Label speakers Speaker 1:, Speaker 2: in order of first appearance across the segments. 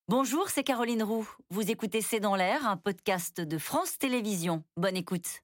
Speaker 1: Bonjour, c'est Caroline Roux. Vous écoutez C'est dans l'air, un podcast de France Télévisions. Bonne écoute.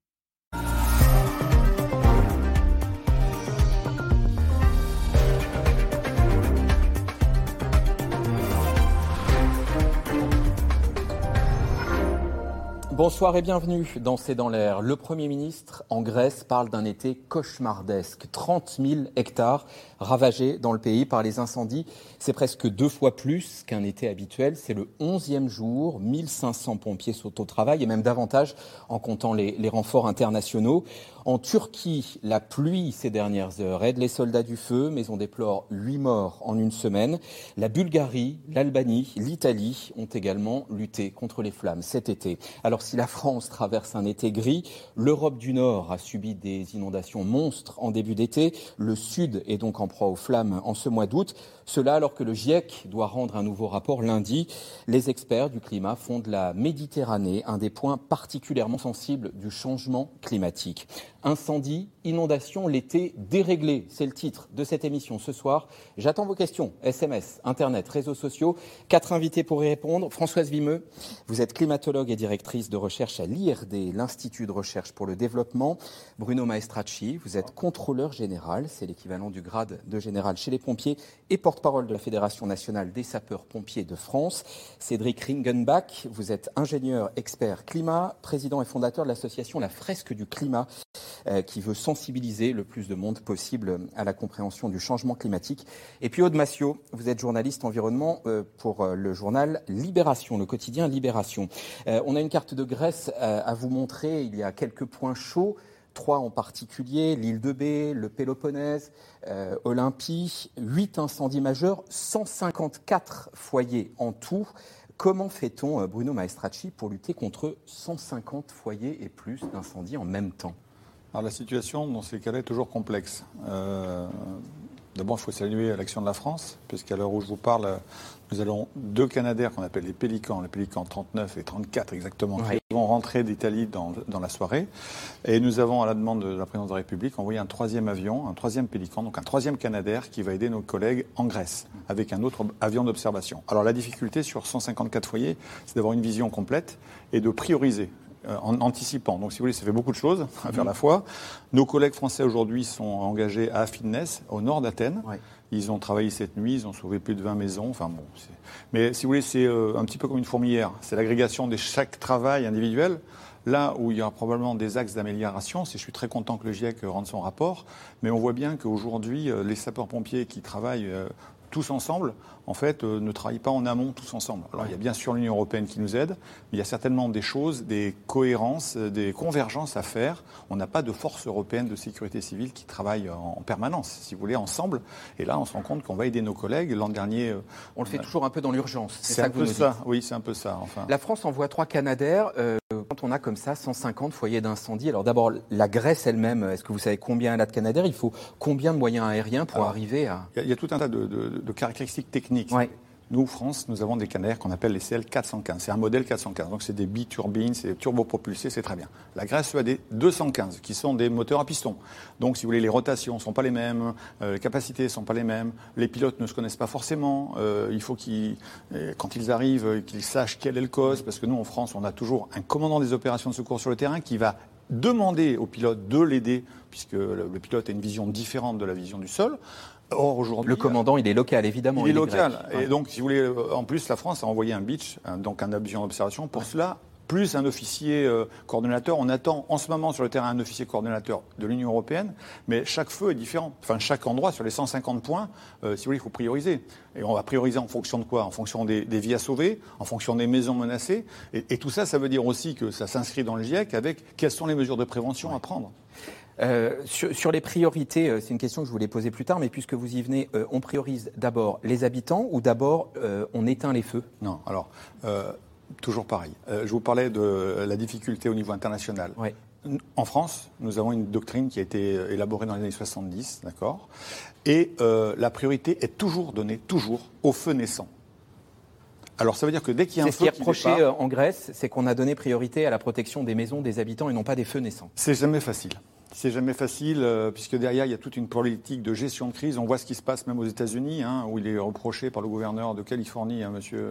Speaker 2: Bonsoir et bienvenue dans C'est dans l'air. Le Premier ministre en Grèce parle d'un été cauchemardesque. 30 000 hectares ravagés dans le pays par les incendies. C'est presque 2 fois plus qu'un été habituel. C'est le 11e jour. 1500 pompiers sont au travail et même davantage en comptant les renforts internationaux. En Turquie, la pluie ces dernières heures aide les soldats du feu, mais on déplore 8 morts en une semaine. La Bulgarie, l'Albanie, l'Italie ont également lutté contre les flammes cet été. Alors si la France traverse un été gris, l'Europe du Nord a subi des inondations monstres en début d'été. Le Sud est donc en proie aux flammes en ce mois d'août. Cela alors que le GIEC doit rendre un nouveau rapport lundi. Les experts du climat font de la Méditerranée un des points particulièrement sensibles du changement climatique. Incendie, inondation, l'été déréglé, c'est le titre de cette émission ce soir. J'attends vos questions, SMS, Internet, réseaux sociaux. 4 invités pour y répondre. Françoise Vimeux, vous êtes climatologue et directrice de recherche à l'IRD, l'Institut de recherche pour le développement. Bruno Maestracci, vous êtes contrôleur général, c'est l'équivalent du grade de général chez les pompiers et porte-parole de la Fédération nationale des sapeurs-pompiers de France. Cédric Ringenbach, vous êtes ingénieur expert climat, président et fondateur de l'association La Fresque du climat, qui veut sensibiliser le plus de monde possible à la compréhension du changement climatique. Et puis Aude Massiot, vous êtes journaliste environnement pour le journal Libération, le quotidien Libération. On a une carte de Grèce à vous montrer. Il y a quelques points chauds, 3 en particulier, l'île de Bé, le Péloponnèse, Olympie, 8 incendies majeurs, 154 foyers en tout. Comment fait-on, Bruno Maestracci, pour lutter contre 150 foyers et plus d'incendies en même temps ?
Speaker 3: Alors la situation dans ces cas-là est toujours complexe. D'abord, il faut saluer l'action de la France, puisqu'à l'heure où je vous parle, nous avons 2 Canadaires qu'on appelle les Pélicans 39 et 34 exactement, qui vont rentrer d'Italie dans la soirée. Et nous avons, à la demande de la présidence de la République, envoyé un 3e avion, un 3e Pélican, donc un 3e Canadair qui va aider nos collègues en Grèce, avec un autre avion d'observation. Alors la difficulté sur 154 foyers, c'est d'avoir une vision complète et de prioriser. En anticipant. Donc, si vous voulez, ça fait beaucoup de choses à faire à la fois. Nos collègues français aujourd'hui sont engagés à Afinnes, au nord d'Athènes. Oui. Ils ont travaillé cette nuit, ils ont sauvé plus de 20 maisons. Enfin bon, mais si vous voulez, c'est un petit peu comme une fourmilière. C'est l'agrégation de chaque travail individuel. Là où il y aura probablement des axes d'amélioration, je suis très content que le GIEC rende son rapport, mais on voit bien qu'aujourd'hui, les sapeurs-pompiers qui travaillent tous ensemble, en fait, ne travaillent pas en amont tous ensemble. Alors, il y a bien sûr l'Union européenne qui nous aide, mais il y a certainement des choses, des cohérences, des convergences à faire. On n'a pas de force européenne de sécurité civile qui travaille en permanence, si vous voulez, ensemble. Et là, on se rend compte qu'on va aider nos collègues. L'an dernier...
Speaker 2: on le fait toujours un peu dans l'urgence.
Speaker 3: C'est un peu ça, oui, c'est un peu ça. Enfin.
Speaker 2: La France envoie 3 Canadaires quand on a comme ça 150 foyers d'incendie. Alors d'abord, la Grèce elle-même, est-ce que vous savez combien elle a de Canadaires ? Il faut combien de moyens aériens pour arriver à...
Speaker 3: Il y a tout un tas de caractéristiques techniques. Ouais. Nous, France, nous avons des Canadaires qu'on appelle les CL415. C'est un modèle 415. Donc, c'est des biturbines, c'est des turbopropulsés, c'est très bien. La Grèce a des 215 qui sont des moteurs à piston. Donc, si vous voulez, les rotations ne sont pas les mêmes, les capacités ne sont pas les mêmes, les pilotes ne se connaissent pas forcément. Il faut quand ils arrivent, qu'ils sachent quel est le cause. Parce que nous, en France, on a toujours un commandant des opérations de secours sur le terrain qui va demander au pilote de l'aider, puisque le pilote a une vision différente de la vision du sol.
Speaker 2: Or, aujourd'hui, le commandant, il est local, évidemment.
Speaker 3: Il est local. Et donc, si vous voulez, en plus, la France a envoyé un Beach, donc un avion d'observation. Pour cela, plus un officier coordonnateur. On attend en ce moment sur le terrain un officier coordonnateur de l'Union européenne, mais chaque feu est différent. Enfin, chaque endroit, sur les 150 points, si vous voulez, il faut prioriser. Et on va prioriser en fonction de quoi ? En fonction des vies à sauver, en fonction des maisons menacées. Et tout ça, ça veut dire aussi que ça s'inscrit dans le GIEC avec quelles sont les mesures de prévention à prendre.
Speaker 2: Sur les priorités, c'est une question que je voulais poser plus tard, mais puisque vous y venez, on priorise d'abord les habitants ou d'abord on éteint les feux ?
Speaker 3: Non, alors, toujours pareil. Je vous parlais de la difficulté au niveau international. Oui. En France, nous avons une doctrine qui a été élaborée dans les années 70, d'accord ? Et la priorité est toujours donnée, aux feux naissants. Alors ça veut dire que dès qu'il y a un feu
Speaker 2: qui est reproché en Grèce, c'est qu'on a donné priorité à la protection des maisons, des habitants et non pas des feux naissants.
Speaker 3: C'est jamais facile. C'est jamais facile, puisque derrière, il y a toute une politique de gestion de crise. On voit ce qui se passe même aux États-Unis, où il est reproché par le gouverneur de Californie,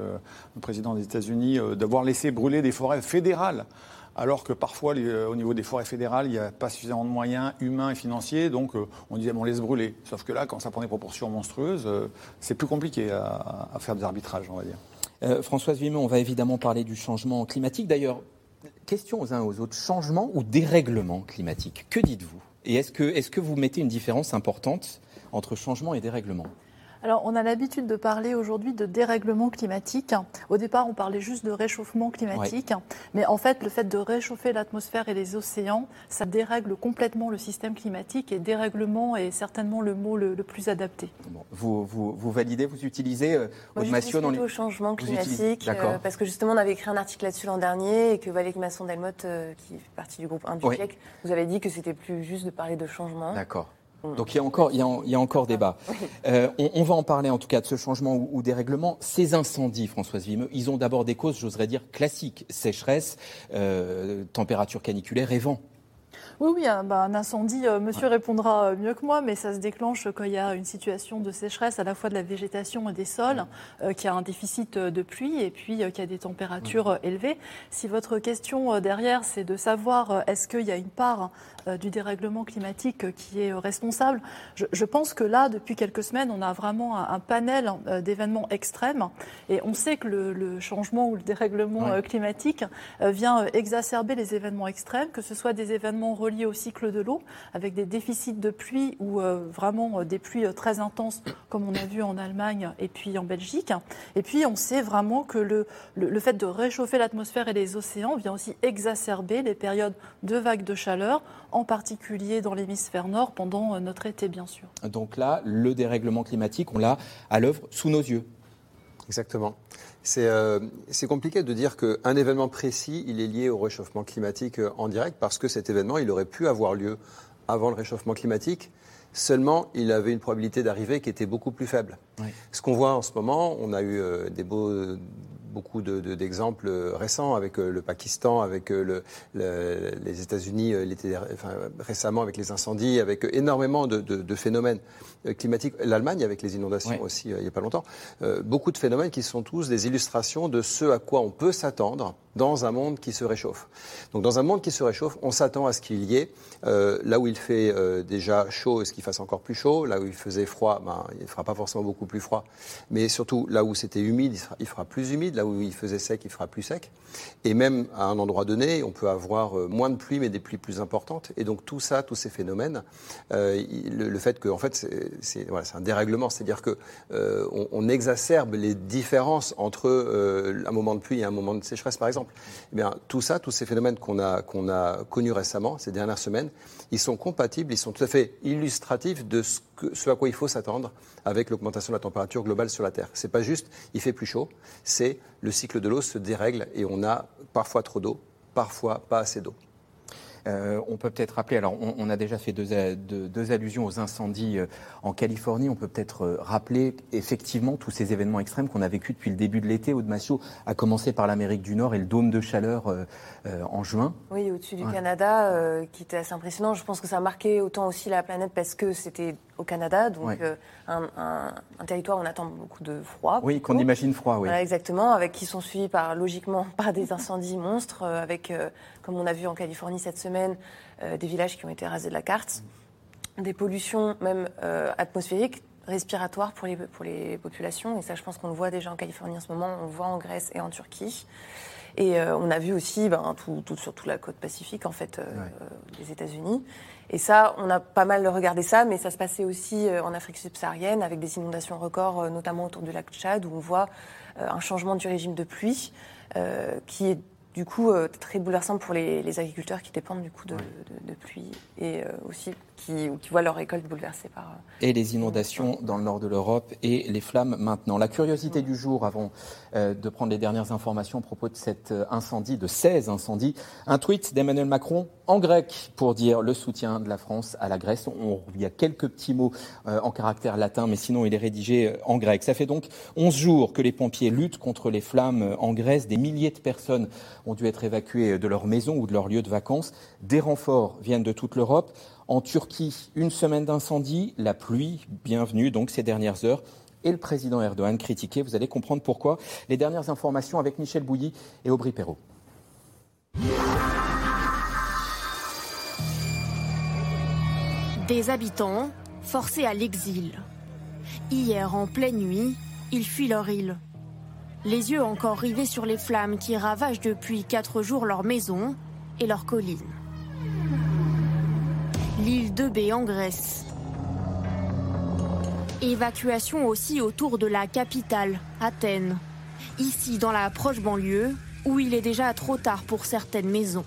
Speaker 3: le président des États-Unis, d'avoir laissé brûler des forêts fédérales. Alors que parfois, au niveau des forêts fédérales, il n'y a pas suffisamment de moyens humains et financiers, donc on disait on laisse brûler. Sauf que là, quand ça prend des proportions monstrueuses, c'est plus compliqué à faire des arbitrages, on va dire.
Speaker 2: Françoise Vimeux, on va évidemment parler du changement climatique. D'ailleurs, question aux uns aux autres, changement ou dérèglement climatique? Que dites-vous? Et est-ce que vous mettez une différence importante entre changement et dérèglement?
Speaker 4: Alors, on a l'habitude de parler aujourd'hui de dérèglement climatique. Au départ, on parlait juste de réchauffement climatique. Ouais. Mais en fait, le fait de réchauffer l'atmosphère et les océans, ça dérègle complètement le système climatique. Et dérèglement est certainement le mot le plus adapté.
Speaker 2: Bon, vous validez, vous utilisez
Speaker 5: Aude Massio dans les changement climatique, parce que justement, on avait écrit un article là-dessus l'an dernier et que Valérie Masson-Delmotte, qui fait partie du groupe 1 du GIEC, vous avait dit que c'était plus juste de parler de changement.
Speaker 2: D'accord. Donc il y a encore débat. On va en parler en tout cas de ce changement ou dérèglement. Ces incendies, Françoise Vimeux, ils ont d'abord des causes, j'oserais dire, classiques. Sécheresse, température caniculaire et vent.
Speaker 4: Oui, un incendie, monsieur répondra mieux que moi, mais ça se déclenche quand il y a une situation de sécheresse à la fois de la végétation et des sols, qu'il y a un déficit de pluie et puis qu'il y a des températures élevées. Si votre question derrière, c'est de savoir est-ce qu'il y a une part du dérèglement climatique qui est responsable, je pense que là, depuis quelques semaines, on a vraiment un panel d'événements extrêmes et on sait que le changement ou le dérèglement climatique vient exacerber les événements extrêmes, que ce soit des événements reliés au cycle de l'eau, avec des déficits de pluie ou vraiment des pluies très intenses, comme on a vu en Allemagne et puis en Belgique. Et puis, on sait vraiment que le fait de réchauffer l'atmosphère et les océans vient aussi exacerber les périodes de vagues de chaleur, en particulier dans l'hémisphère nord, pendant notre été, bien sûr.
Speaker 2: Donc là, le dérèglement climatique, on l'a à l'œuvre sous nos yeux.
Speaker 6: Exactement. C'est compliqué de dire qu'un événement précis, il est lié au réchauffement climatique en direct, parce que cet événement, il aurait pu avoir lieu avant le réchauffement climatique. Seulement, il avait une probabilité d'arriver qui était beaucoup plus faible. Oui. Ce qu'on voit en ce moment, on a eu beaucoup d'exemples récents avec le Pakistan, avec les États-Unis récemment avec les incendies, avec énormément de phénomènes climatiques. L'Allemagne avec les inondations aussi, il n'y a pas longtemps. Beaucoup de phénomènes qui sont tous des illustrations de ce à quoi on peut s'attendre dans un monde qui se réchauffe. Donc dans un monde qui se réchauffe, on s'attend à ce qu'il y ait, là où il fait déjà chaud, est-ce qu'il fasse encore plus chaud, là où il faisait froid, il ne fera pas forcément beaucoup plus froid, mais surtout là où c'était humide, il fera plus humide, là où il faisait sec, il fera plus sec. Et même à un endroit donné, on peut avoir moins de pluie, mais des pluies plus importantes. Et donc tout ça, tous ces phénomènes, le fait que, en fait, c'est un dérèglement, c'est-à-dire que on exacerbe les différences entre un moment de pluie et un moment de sécheresse, par exemple. Eh bien, tout ça, tous ces phénomènes qu'on a connus récemment, ces dernières semaines, ils sont compatibles, ils sont tout à fait illustratifs de ce à quoi il faut s'attendre avec l'augmentation de la température globale sur la Terre. C'est pas juste, il fait plus chaud, c'est le cycle de l'eau se dérègle et on a parfois trop d'eau, parfois pas assez d'eau.
Speaker 2: On peut peut-être rappeler, alors on a déjà fait deux allusions aux incendies en Californie, on peut peut-être rappeler effectivement tous ces événements extrêmes qu'on a vécus depuis le début de l'été. Aude Massio a commencé par l'Amérique du Nord et le dôme de chaleur en juin.
Speaker 5: Oui, au-dessus du Canada, qui était assez impressionnant. Je pense que ça a marqué autant aussi la planète parce que c'était au Canada, donc un territoire où on attend beaucoup de froid.
Speaker 2: Oui, qu'on imagine froid, oui.
Speaker 5: Voilà, exactement, qui sont suivis logiquement par des incendies monstres, avec, comme on a vu en Californie cette semaine, des villages qui ont été rasés de la carte, des pollutions même atmosphériques, respiratoires pour les populations. Et ça, je pense qu'on le voit déjà en Californie en ce moment, on le voit en Grèce et en Turquie. Et on a vu aussi sur toute la côte pacifique, en fait, des États-Unis. Et ça, on a pas mal regardé ça, mais ça se passait aussi en Afrique subsaharienne, avec des inondations records, notamment autour du lac Tchad, où on voit un changement du régime de pluie qui est du coup très bouleversant pour les agriculteurs qui dépendent du coup de pluie et aussi qui voient leur récolte bouleversée par...
Speaker 2: Et les inondations dans le nord de l'Europe et les flammes maintenant. La curiosité du jour, avant de prendre les dernières informations à propos de cet incendie, de 16 incendies, un tweet d'Emmanuel Macron en grec pour dire le soutien de la France à la Grèce. Il y a quelques petits mots en caractère latin, mais sinon il est rédigé en grec. Ça fait donc 11 jours que les pompiers luttent contre les flammes en Grèce. Des milliers de personnes ont dû être évacuées de leur maison ou de leur lieu de vacances. Des renforts viennent de toute l'Europe. En Turquie, une semaine d'incendie, la pluie, bienvenue donc ces dernières heures. Et le président Erdogan critiqué, vous allez comprendre pourquoi. Les dernières informations avec Michel Bouilly et Aubry Perrault.
Speaker 7: Des habitants forcés à l'exil. Hier, en pleine nuit, ils fuient leur île. Les yeux encore rivés sur les flammes qui ravagent depuis 4 jours leurs maisons et leurs collines. L'île de Bé en Grèce. Évacuation aussi autour de la capitale, Athènes. Ici, dans la proche banlieue, où il est déjà trop tard pour certaines maisons.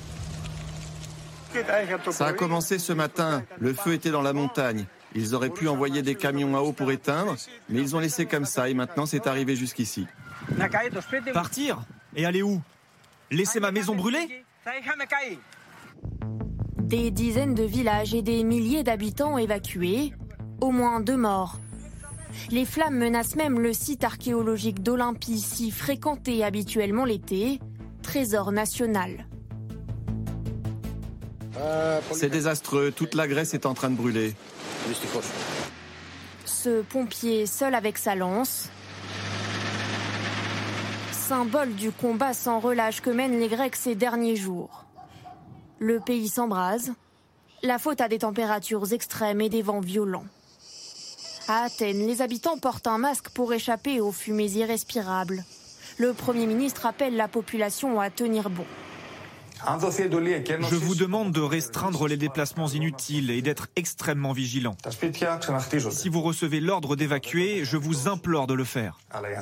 Speaker 8: Ça a commencé ce matin. Le feu était dans la montagne. Ils auraient pu envoyer des camions à eau pour éteindre, mais ils ont laissé comme ça et maintenant c'est arrivé jusqu'ici.
Speaker 9: Partir ? Et aller où ? Laisser ma maison brûler ?
Speaker 7: Des dizaines de villages et des milliers d'habitants évacués, au moins 2 morts. Les flammes menacent même le site archéologique d'Olympie, si fréquenté habituellement l'été, trésor national.
Speaker 8: C'est désastreux, toute la Grèce est en train de brûler.
Speaker 7: Ce pompier seul avec sa lance, symbole du combat sans relâche que mènent les Grecs ces derniers jours. Le pays s'embrase, la faute à des températures extrêmes et des vents violents. À Athènes, les habitants portent un masque pour échapper aux fumées irrespirables. Le Premier ministre appelle la population à tenir bon.
Speaker 9: Je vous demande de restreindre les déplacements inutiles et d'être extrêmement vigilants. Si vous recevez l'ordre d'évacuer, je vous implore de le faire.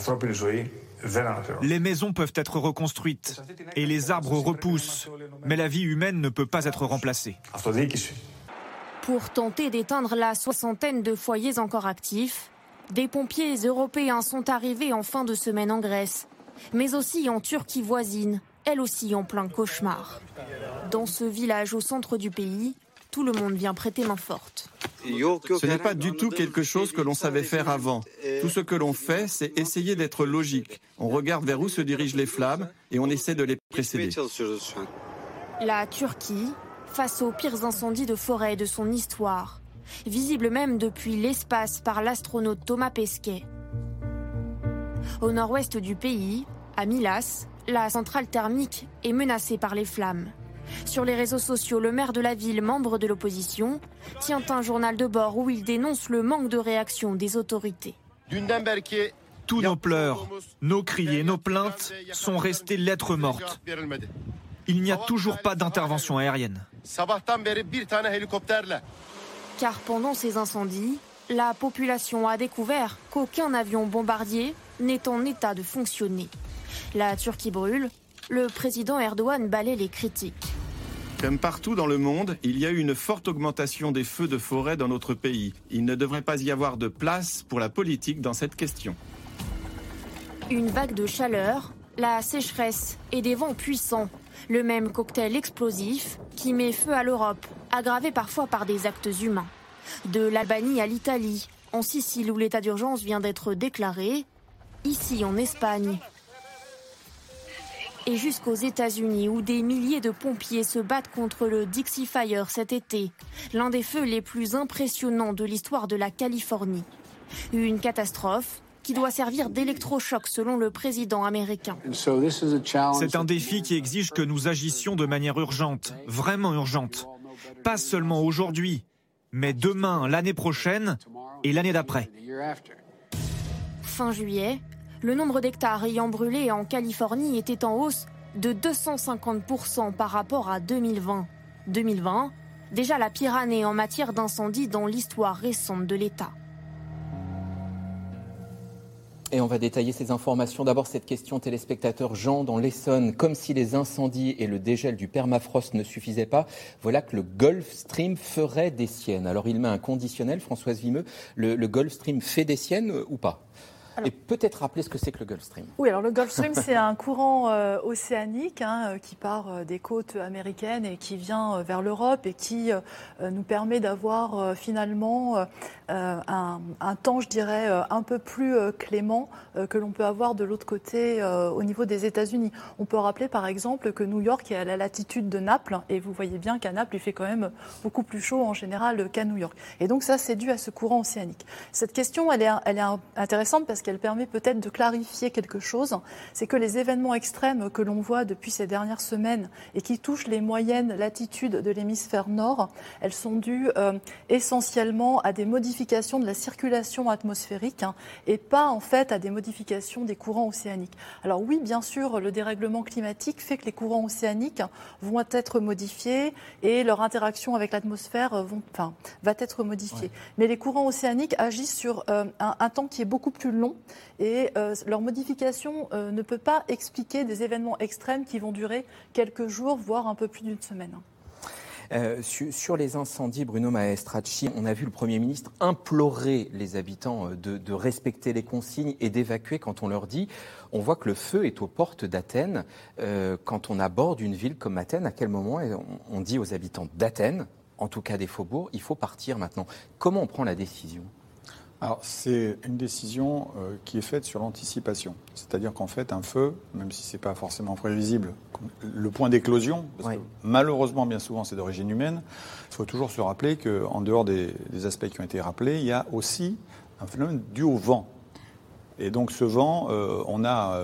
Speaker 9: Les maisons peuvent être reconstruites et les arbres repoussent, mais la vie humaine ne peut pas être remplacée.
Speaker 7: Pour tenter d'éteindre la 60aine de foyers encore actifs, des pompiers européens sont arrivés en fin de semaine en Grèce, mais aussi en Turquie voisine, elle aussi en plein cauchemar. Dans ce village au centre du pays, tout le monde vient prêter main forte.
Speaker 8: Ce n'est pas du tout quelque chose que l'on savait faire avant. Tout ce que l'on fait, c'est essayer d'être logique. On regarde vers où se dirigent les flammes et on essaie de les précéder.
Speaker 7: La Turquie, face aux pires incendies de forêt de son histoire, visible même depuis l'espace par l'astronaute Thomas Pesquet. Au nord-ouest du pays, à Milas, la centrale thermique est menacée par les flammes. Sur les réseaux sociaux, le maire de la ville, membre de l'opposition, tient un journal de bord où il dénonce le manque de réaction des autorités.
Speaker 9: Tous nos pleurs, nos cris et nos plaintes sont restés lettres mortes. Il n'y a toujours pas d'intervention aérienne.
Speaker 7: Car pendant ces incendies, la population a découvert qu'aucun avion bombardier n'est en état de fonctionner. La Turquie brûle, le président Erdogan balaie les critiques.
Speaker 8: Comme partout dans le monde, il y a eu une forte augmentation des feux de forêt dans notre pays. Il ne devrait pas y avoir de place pour la politique dans cette question.
Speaker 7: Une vague de chaleur, la sécheresse et des vents puissants. Le même cocktail explosif qui met feu à l'Europe, aggravé parfois par des actes humains. De l'Albanie à l'Italie, en Sicile où l'état d'urgence vient d'être déclaré, ici en Espagne. Et jusqu'aux États-Unis où des milliers de pompiers se battent contre le Dixie Fire cet été, l'un des feux les plus impressionnants de l'histoire de la Californie. Une catastrophe qui doit servir d'électrochoc selon le président américain.
Speaker 9: C'est un défi qui exige que nous agissions de manière urgente, vraiment urgente. Pas seulement aujourd'hui, mais demain, l'année prochaine et l'année d'après.
Speaker 7: Fin juillet, le nombre d'hectares ayant brûlé en Californie était en hausse de 250% par rapport à 2020. 2020, déjà la pire année en matière d'incendie dans l'histoire récente de l'État.
Speaker 2: Et on va détailler ces informations. D'abord, cette question téléspectateur Jean dans l'Essonne. Comme si les incendies et le dégel du permafrost ne suffisaient pas, voilà que le Gulf Stream ferait des siennes. Alors, il met un conditionnel, Françoise Vimeux. Le Gulf Stream fait des siennes ou pas ? Et peut-être rappeler ce que c'est que le Gulf Stream.
Speaker 4: Oui, alors le Gulf Stream, c'est un courant océanique qui part des côtes américaines et qui vient vers l'Europe et qui nous permet d'avoir finalement un temps, je dirais, un peu plus clément que l'on peut avoir de l'autre côté au niveau des États-Unis. On peut rappeler par exemple que New York est à la latitude de Naples et vous voyez bien qu'à Naples, il fait quand même beaucoup plus chaud en général qu'à New York. Et donc ça, c'est dû à ce courant océanique. Cette question, elle est intéressante parce qu'elle permet peut-être de clarifier quelque chose. C'est que les événements extrêmes que l'on voit depuis ces dernières semaines et qui touchent les moyennes latitudes de l'hémisphère nord, elles sont dues essentiellement à des modifications de la circulation atmosphérique et pas en fait à des modifications des courants océaniques. Alors oui, bien sûr, le dérèglement climatique fait que les courants océaniques vont être modifiés et leur interaction avec l'atmosphère va être modifiée. Ouais. Mais les courants océaniques agissent sur un temps qui est beaucoup plus long et leur modification ne peut pas expliquer des événements extrêmes qui vont durer quelques jours, voire un peu plus d'une semaine.
Speaker 2: Sur les incendies, Bruno Maestracci, on a vu le Premier ministre implorer les habitants de respecter les consignes et d'évacuer quand on leur dit. On voit que le feu est aux portes d'Athènes. Quand on aborde une ville comme Athènes, à quel moment on dit aux habitants d'Athènes, en tout cas des faubourgs, il faut partir maintenant? Comment on prend la décision ?
Speaker 3: Alors, c'est une décision qui est faite sur l'anticipation. C'est-à-dire qu'en fait, un feu, même si ce n'est pas forcément prévisible, le point d'éclosion, parce que malheureusement, bien souvent, c'est d'origine humaine, il faut toujours se rappeler qu'en dehors des aspects qui ont été rappelés, il y a aussi un phénomène dû au vent. Et donc, ce vent, on a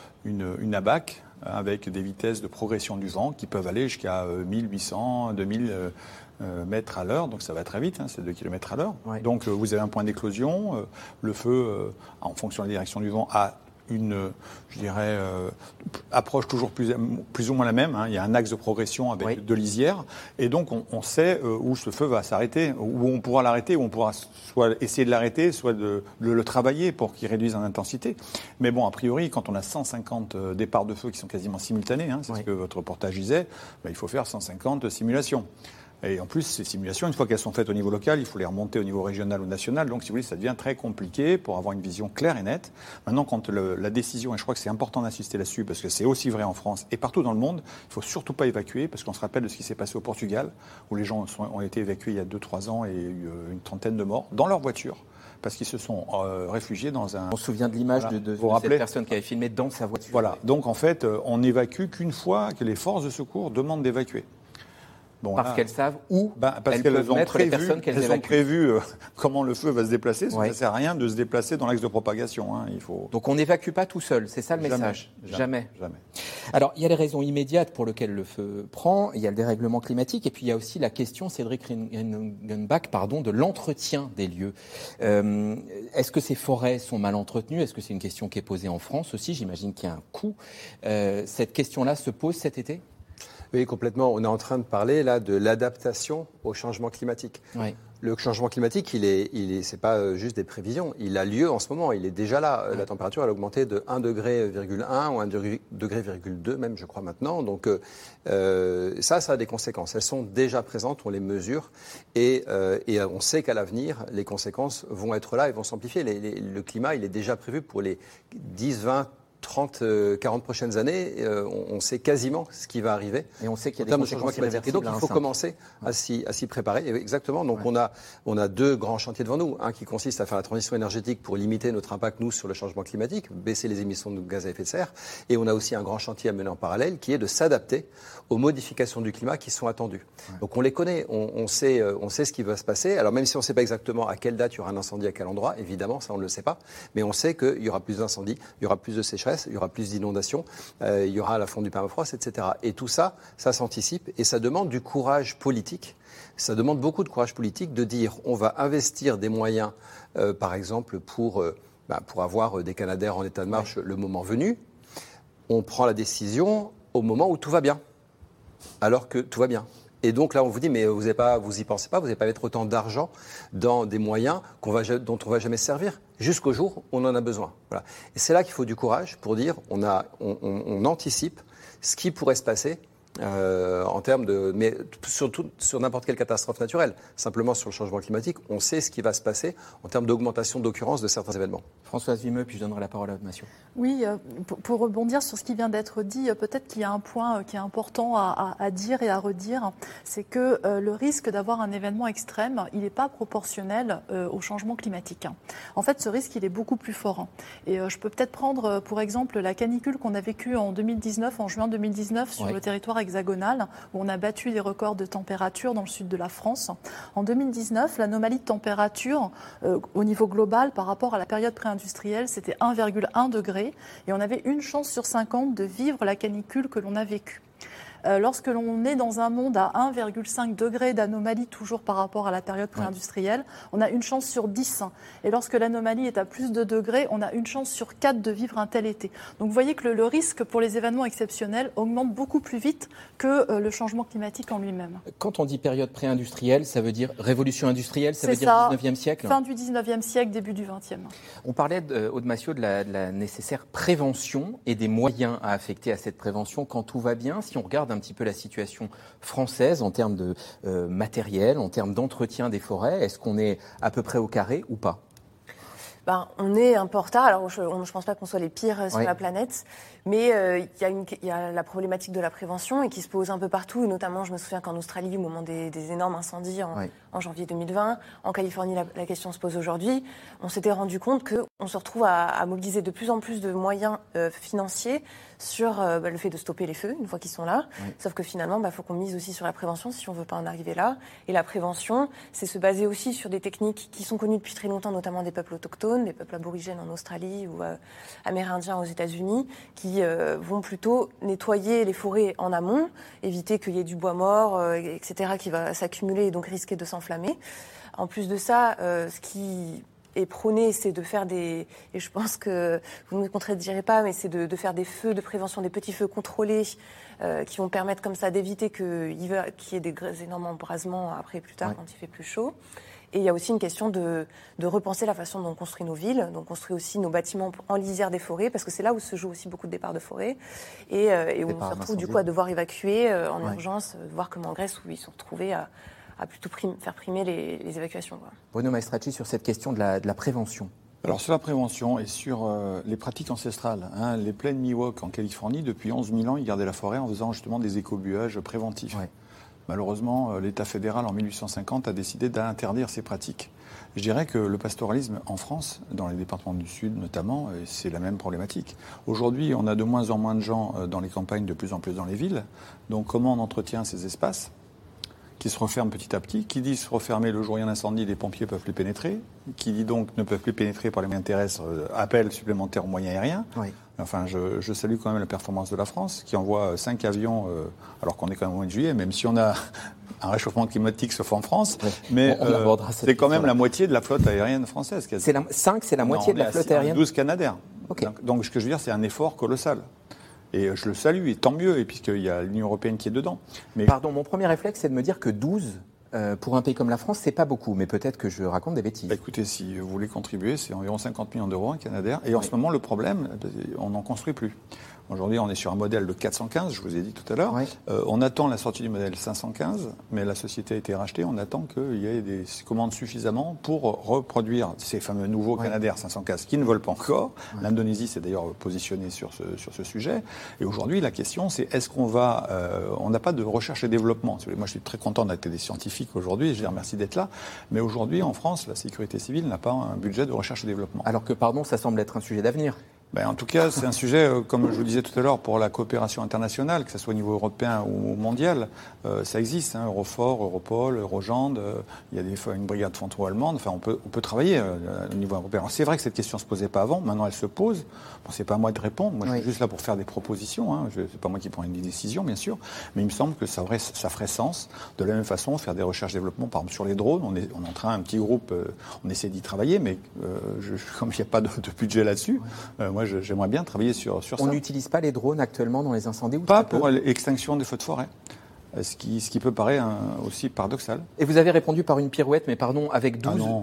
Speaker 3: une abaque avec des vitesses de progression du vent qui peuvent aller jusqu'à 1800, 2000 mètres à l'heure, donc ça va très vite, c'est 2 km à l'heure. Ouais. Donc vous avez un point d'éclosion, le feu, en fonction de la direction du vent, a une, je dirais, approche toujours plus ou moins la même. Il y a un axe de progression avec de lisières, et donc on sait où ce feu va s'arrêter, où on pourra l'arrêter, où on pourra soit essayer de l'arrêter, soit de le travailler pour qu'il réduise en intensité. Mais bon, a priori, quand on a 150 départs de feu qui sont quasiment simultanés, c'est ce que votre reportage disait, il faut faire 150 simulations. Et en plus, ces simulations, une fois qu'elles sont faites au niveau local, il faut les remonter au niveau régional ou national. Donc, si vous voulez, ça devient très compliqué pour avoir une vision claire et nette. Maintenant, quand la décision, et je crois que c'est important d'insister là-dessus, parce que c'est aussi vrai en France et partout dans le monde, il ne faut surtout pas évacuer, parce qu'on se rappelle de ce qui s'est passé au Portugal, où les gens ont été évacués il y a 2-3 ans et il y a eu une trentaine de morts dans leur voiture, parce qu'ils se sont réfugiés dans un...
Speaker 2: On se souvient de l'image de cette personne qui avait filmé dans sa voiture.
Speaker 3: Voilà, donc en fait, on n'évacue qu'une fois que les forces de secours demandent d'évacuer.
Speaker 2: Bon, parce qu'elles savent où
Speaker 3: parce
Speaker 2: elles peuvent mettre les personnes qu'elles évacuent.
Speaker 3: Elles ont prévu comment le feu va se déplacer, parce que ça ne sert à rien de se déplacer dans l'axe de propagation. Il faut...
Speaker 2: Donc on n'évacue pas tout seul, c'est ça le message ? Jamais. Alors il y a les raisons immédiates pour lesquelles le feu prend, il y a le dérèglement climatique, et puis il y a aussi la question, Cédric Ringenbach, de l'entretien des lieux. Est-ce que ces forêts sont mal entretenues ? Est-ce que c'est une question qui est posée en France aussi ? J'imagine qu'il y a un coût. Cette question-là se pose cet été ?
Speaker 6: Oui, complètement. On est en train de parler là de l'adaptation au changement climatique. Oui. Le changement climatique, c'est pas juste des prévisions. Il a lieu en ce moment. Il est déjà là. La température, elle a augmenté de 1,1 degré ou 1,2 degré même, je crois maintenant. Donc ça a des conséquences. Elles sont déjà présentes. On les mesure et on sait qu'à l'avenir, les conséquences vont être là et vont s'amplifier. Le climat, il est déjà prévu pour les 10, 20, 30, 40 prochaines années, on sait quasiment ce qui va arriver.
Speaker 2: Et on sait qu'il y a des conséquences irréversibles.
Speaker 6: Et donc, il faut commencer à s'y préparer. Et exactement. Donc, on a 2 grands chantiers devant nous. Un qui consiste à faire la transition énergétique pour limiter notre impact, nous, sur le changement climatique, baisser les émissions de gaz à effet de serre. Et on a aussi un grand chantier à mener en parallèle qui est de s'adapter aux modifications du climat qui sont attendues. Donc, on les connaît. On sait ce qui va se passer. Alors, même si on ne sait pas exactement à quelle date il y aura un incendie, à quel endroit, évidemment, ça, on ne le sait pas. Mais on sait qu'il y aura plus d'incendies, il y aura plus de sécheresse, il y aura plus d'inondations, il y aura la fonte du permafrost, etc. Et tout ça, ça s'anticipe et ça demande du courage politique. Ça demande beaucoup de courage politique de dire on va investir des moyens, par exemple, pour avoir des Canadair en état de marche le moment venu. On prend la décision au moment où tout va bien, alors que tout va bien. Et donc là, on vous dit, mais vous y pensez pas, vous n'allez pas mettre autant d'argent dans des moyens dont on ne va jamais se servir, jusqu'au jour où on en a besoin. Voilà. Et c'est là qu'il faut du courage pour dire, on anticipe ce qui pourrait se passer en termes mais surtout sur n'importe quelle catastrophe naturelle. Simplement sur le changement climatique, on sait ce qui va se passer en termes d'augmentation d'occurrence de certains événements.
Speaker 2: Françoise Vimeux, puis je donnerai la parole à Mathieu.
Speaker 4: Oui, pour rebondir sur ce qui vient d'être dit, peut-être qu'il y a un point qui est important à dire et à redire, c'est que le risque d'avoir un événement extrême, il n'est pas proportionnel au changement climatique. En fait, ce risque, il est beaucoup plus fort. Et je peux peut-être prendre pour exemple la canicule qu'on a vécue en 2019, en juin 2019, sur le territoire hexagonal, où on a battu les records de température dans le sud de la France. En 2019, l'anomalie de température au niveau global par rapport à la période préindustrielle, c'était 1,1 degré et on avait une chance sur 50 de vivre la canicule que l'on a vécue. Lorsque l'on est dans un monde à 1,5 degré d'anomalie, toujours par rapport à la période préindustrielle, on a une chance sur 10. Et lorsque l'anomalie est à plus de degrés, on a une chance sur 4 de vivre un tel été. Donc vous voyez que le risque pour les événements exceptionnels augmente beaucoup plus vite que le changement climatique en lui-même.
Speaker 2: Quand on dit période préindustrielle, ça veut dire révolution industrielle, ça veut dire 19e siècle ?
Speaker 4: Fin du 19e siècle, début du 20e.
Speaker 2: On parlait, Aude Massiot, de la nécessaire prévention et des moyens à affecter à cette prévention quand tout va bien. Si on regarde un petit peu la situation française en termes de matériel, en termes d'entretien des forêts, est-ce qu'on est à peu près au carré ou pas ?
Speaker 5: On est un peu en retard. Alors, je ne pense pas qu'on soit les pires sur la planète, mais il y a la problématique de la prévention et qui se pose un peu partout. Et notamment, je me souviens qu'en Australie, au moment des énormes incendies en janvier 2020, en Californie, la question se pose aujourd'hui. On s'était rendu compte qu'on se retrouve à mobiliser de plus en plus de moyens financiers sur le fait de stopper les feux une fois qu'ils sont là. Sauf que finalement, faut qu'on mise aussi sur la prévention si on ne veut pas en arriver là. Et la prévention, c'est se baser aussi sur des techniques qui sont connues depuis très longtemps, notamment des peuples autochtones, des peuples aborigènes en Australie ou amérindiens aux États-Unis, qui vont plutôt nettoyer les forêts en amont, éviter qu'il y ait du bois mort, etc., qui va s'accumuler et donc risquer de s'enflammer. En plus de ça, ce qui est prôné, c'est de faire et je pense que vous ne me contredirez pas, mais c'est de faire des feux de prévention, des petits feux contrôlés qui vont permettre comme ça d'éviter qu'il y ait des énormes embrasements après, plus tard, quand il fait plus chaud. Et il y a aussi une question de repenser la façon dont on construit nos villes, dont on construit aussi nos bâtiments en lisière des forêts, parce que c'est là où se joue aussi beaucoup de départs de forêt, et où on se retrouve du coup à devoir évacuer en urgence, voir comme en Grèce où ils sont retrouvés à plutôt faire primer les évacuations.
Speaker 2: Bruno Maestracci, sur cette question de la prévention.
Speaker 3: Alors sur la prévention et sur les pratiques ancestrales, les plaines Miwok en Californie, depuis 11 000 ans, ils gardaient la forêt en faisant justement des écobuages préventifs. Malheureusement, l'État fédéral, en 1850, a décidé d'interdire ces pratiques. Je dirais que le pastoralisme en France, dans les départements du Sud notamment, c'est la même problématique. Aujourd'hui, on a de moins en moins de gens dans les campagnes, de plus en plus dans les villes. Donc comment on entretient ces espaces qui se referment petit à petit? Qui dit se refermer le jour où il y a un incendie, les pompiers peuvent plus pénétrer. Qui dit donc ne peuvent plus pénétrer par les moyens terrestres, appel supplémentaire aux moyens aériens. Enfin, je salue quand même la performance de la France, qui envoie 5 avions, alors qu'on est quand même au mois de juillet, même si on a un réchauffement climatique sauf en France, mais c'est quand même la moitié de la flotte aérienne française.
Speaker 2: 5, c'est la moitié de la flotte aérienne.
Speaker 3: 12 Canadair. Donc ce que je veux dire, c'est un effort colossal. Et je le salue, et tant mieux, et puisqu'il y a l'Union européenne qui est dedans. Mais...
Speaker 2: Pardon, mon premier réflexe, c'est de me dire que 12, pour un pays comme la France, c'est pas beaucoup, mais peut-être que je raconte des bêtises.
Speaker 3: Écoutez, si vous voulez contribuer, c'est environ 50 millions d'euros, un Canadair. Et en ce moment, le problème, on n'en construit plus. Aujourd'hui, on est sur un modèle de 415, je vous ai dit tout à l'heure. On attend la sortie du modèle 515, mais la société a été rachetée. On attend qu'il y ait des commandes suffisamment pour reproduire ces fameux nouveaux Canadair 515 qui ne volent pas encore. L'Indonésie s'est d'ailleurs positionnée sur ce sujet. Et aujourd'hui, la question, c'est est-ce qu'on va... on n'a pas de recherche et développement. Moi, je suis très content d'être des scientifiques aujourd'hui. Je les remercie d'être là. Mais aujourd'hui, en France, la sécurité civile n'a pas un budget de recherche et développement.
Speaker 2: Alors que, pardon, ça semble être un sujet d'avenir.
Speaker 3: En tout cas, c'est un sujet, comme je vous disais tout à l'heure, pour la coopération internationale, que ce soit au niveau européen ou mondial, ça existe. Eurofor, Europol, Eurojand, il y a des fois une brigade franco-allemande. Enfin, on peut travailler au niveau européen. Alors, c'est vrai que cette question ne se posait pas avant. Maintenant, elle se pose. Bon, c'est pas à moi de répondre. Moi, je suis juste là pour faire des propositions. C'est pas moi qui prends une décision, bien sûr. Mais il me semble que ça ferait sens. De la même façon, faire des recherches-développement, par exemple sur les drones. On est en train, un petit groupe, on essaie d'y travailler, mais comme il n'y a pas de budget là-dessus, moi, j'aimerais bien travailler sur ça.
Speaker 2: On n'utilise pas les drones actuellement dans les incendies ou
Speaker 3: pas pour l'extinction des feux de forêt. Ce qui peut paraître aussi paradoxal.
Speaker 2: Et vous avez répondu par une pirouette, mais pardon, avec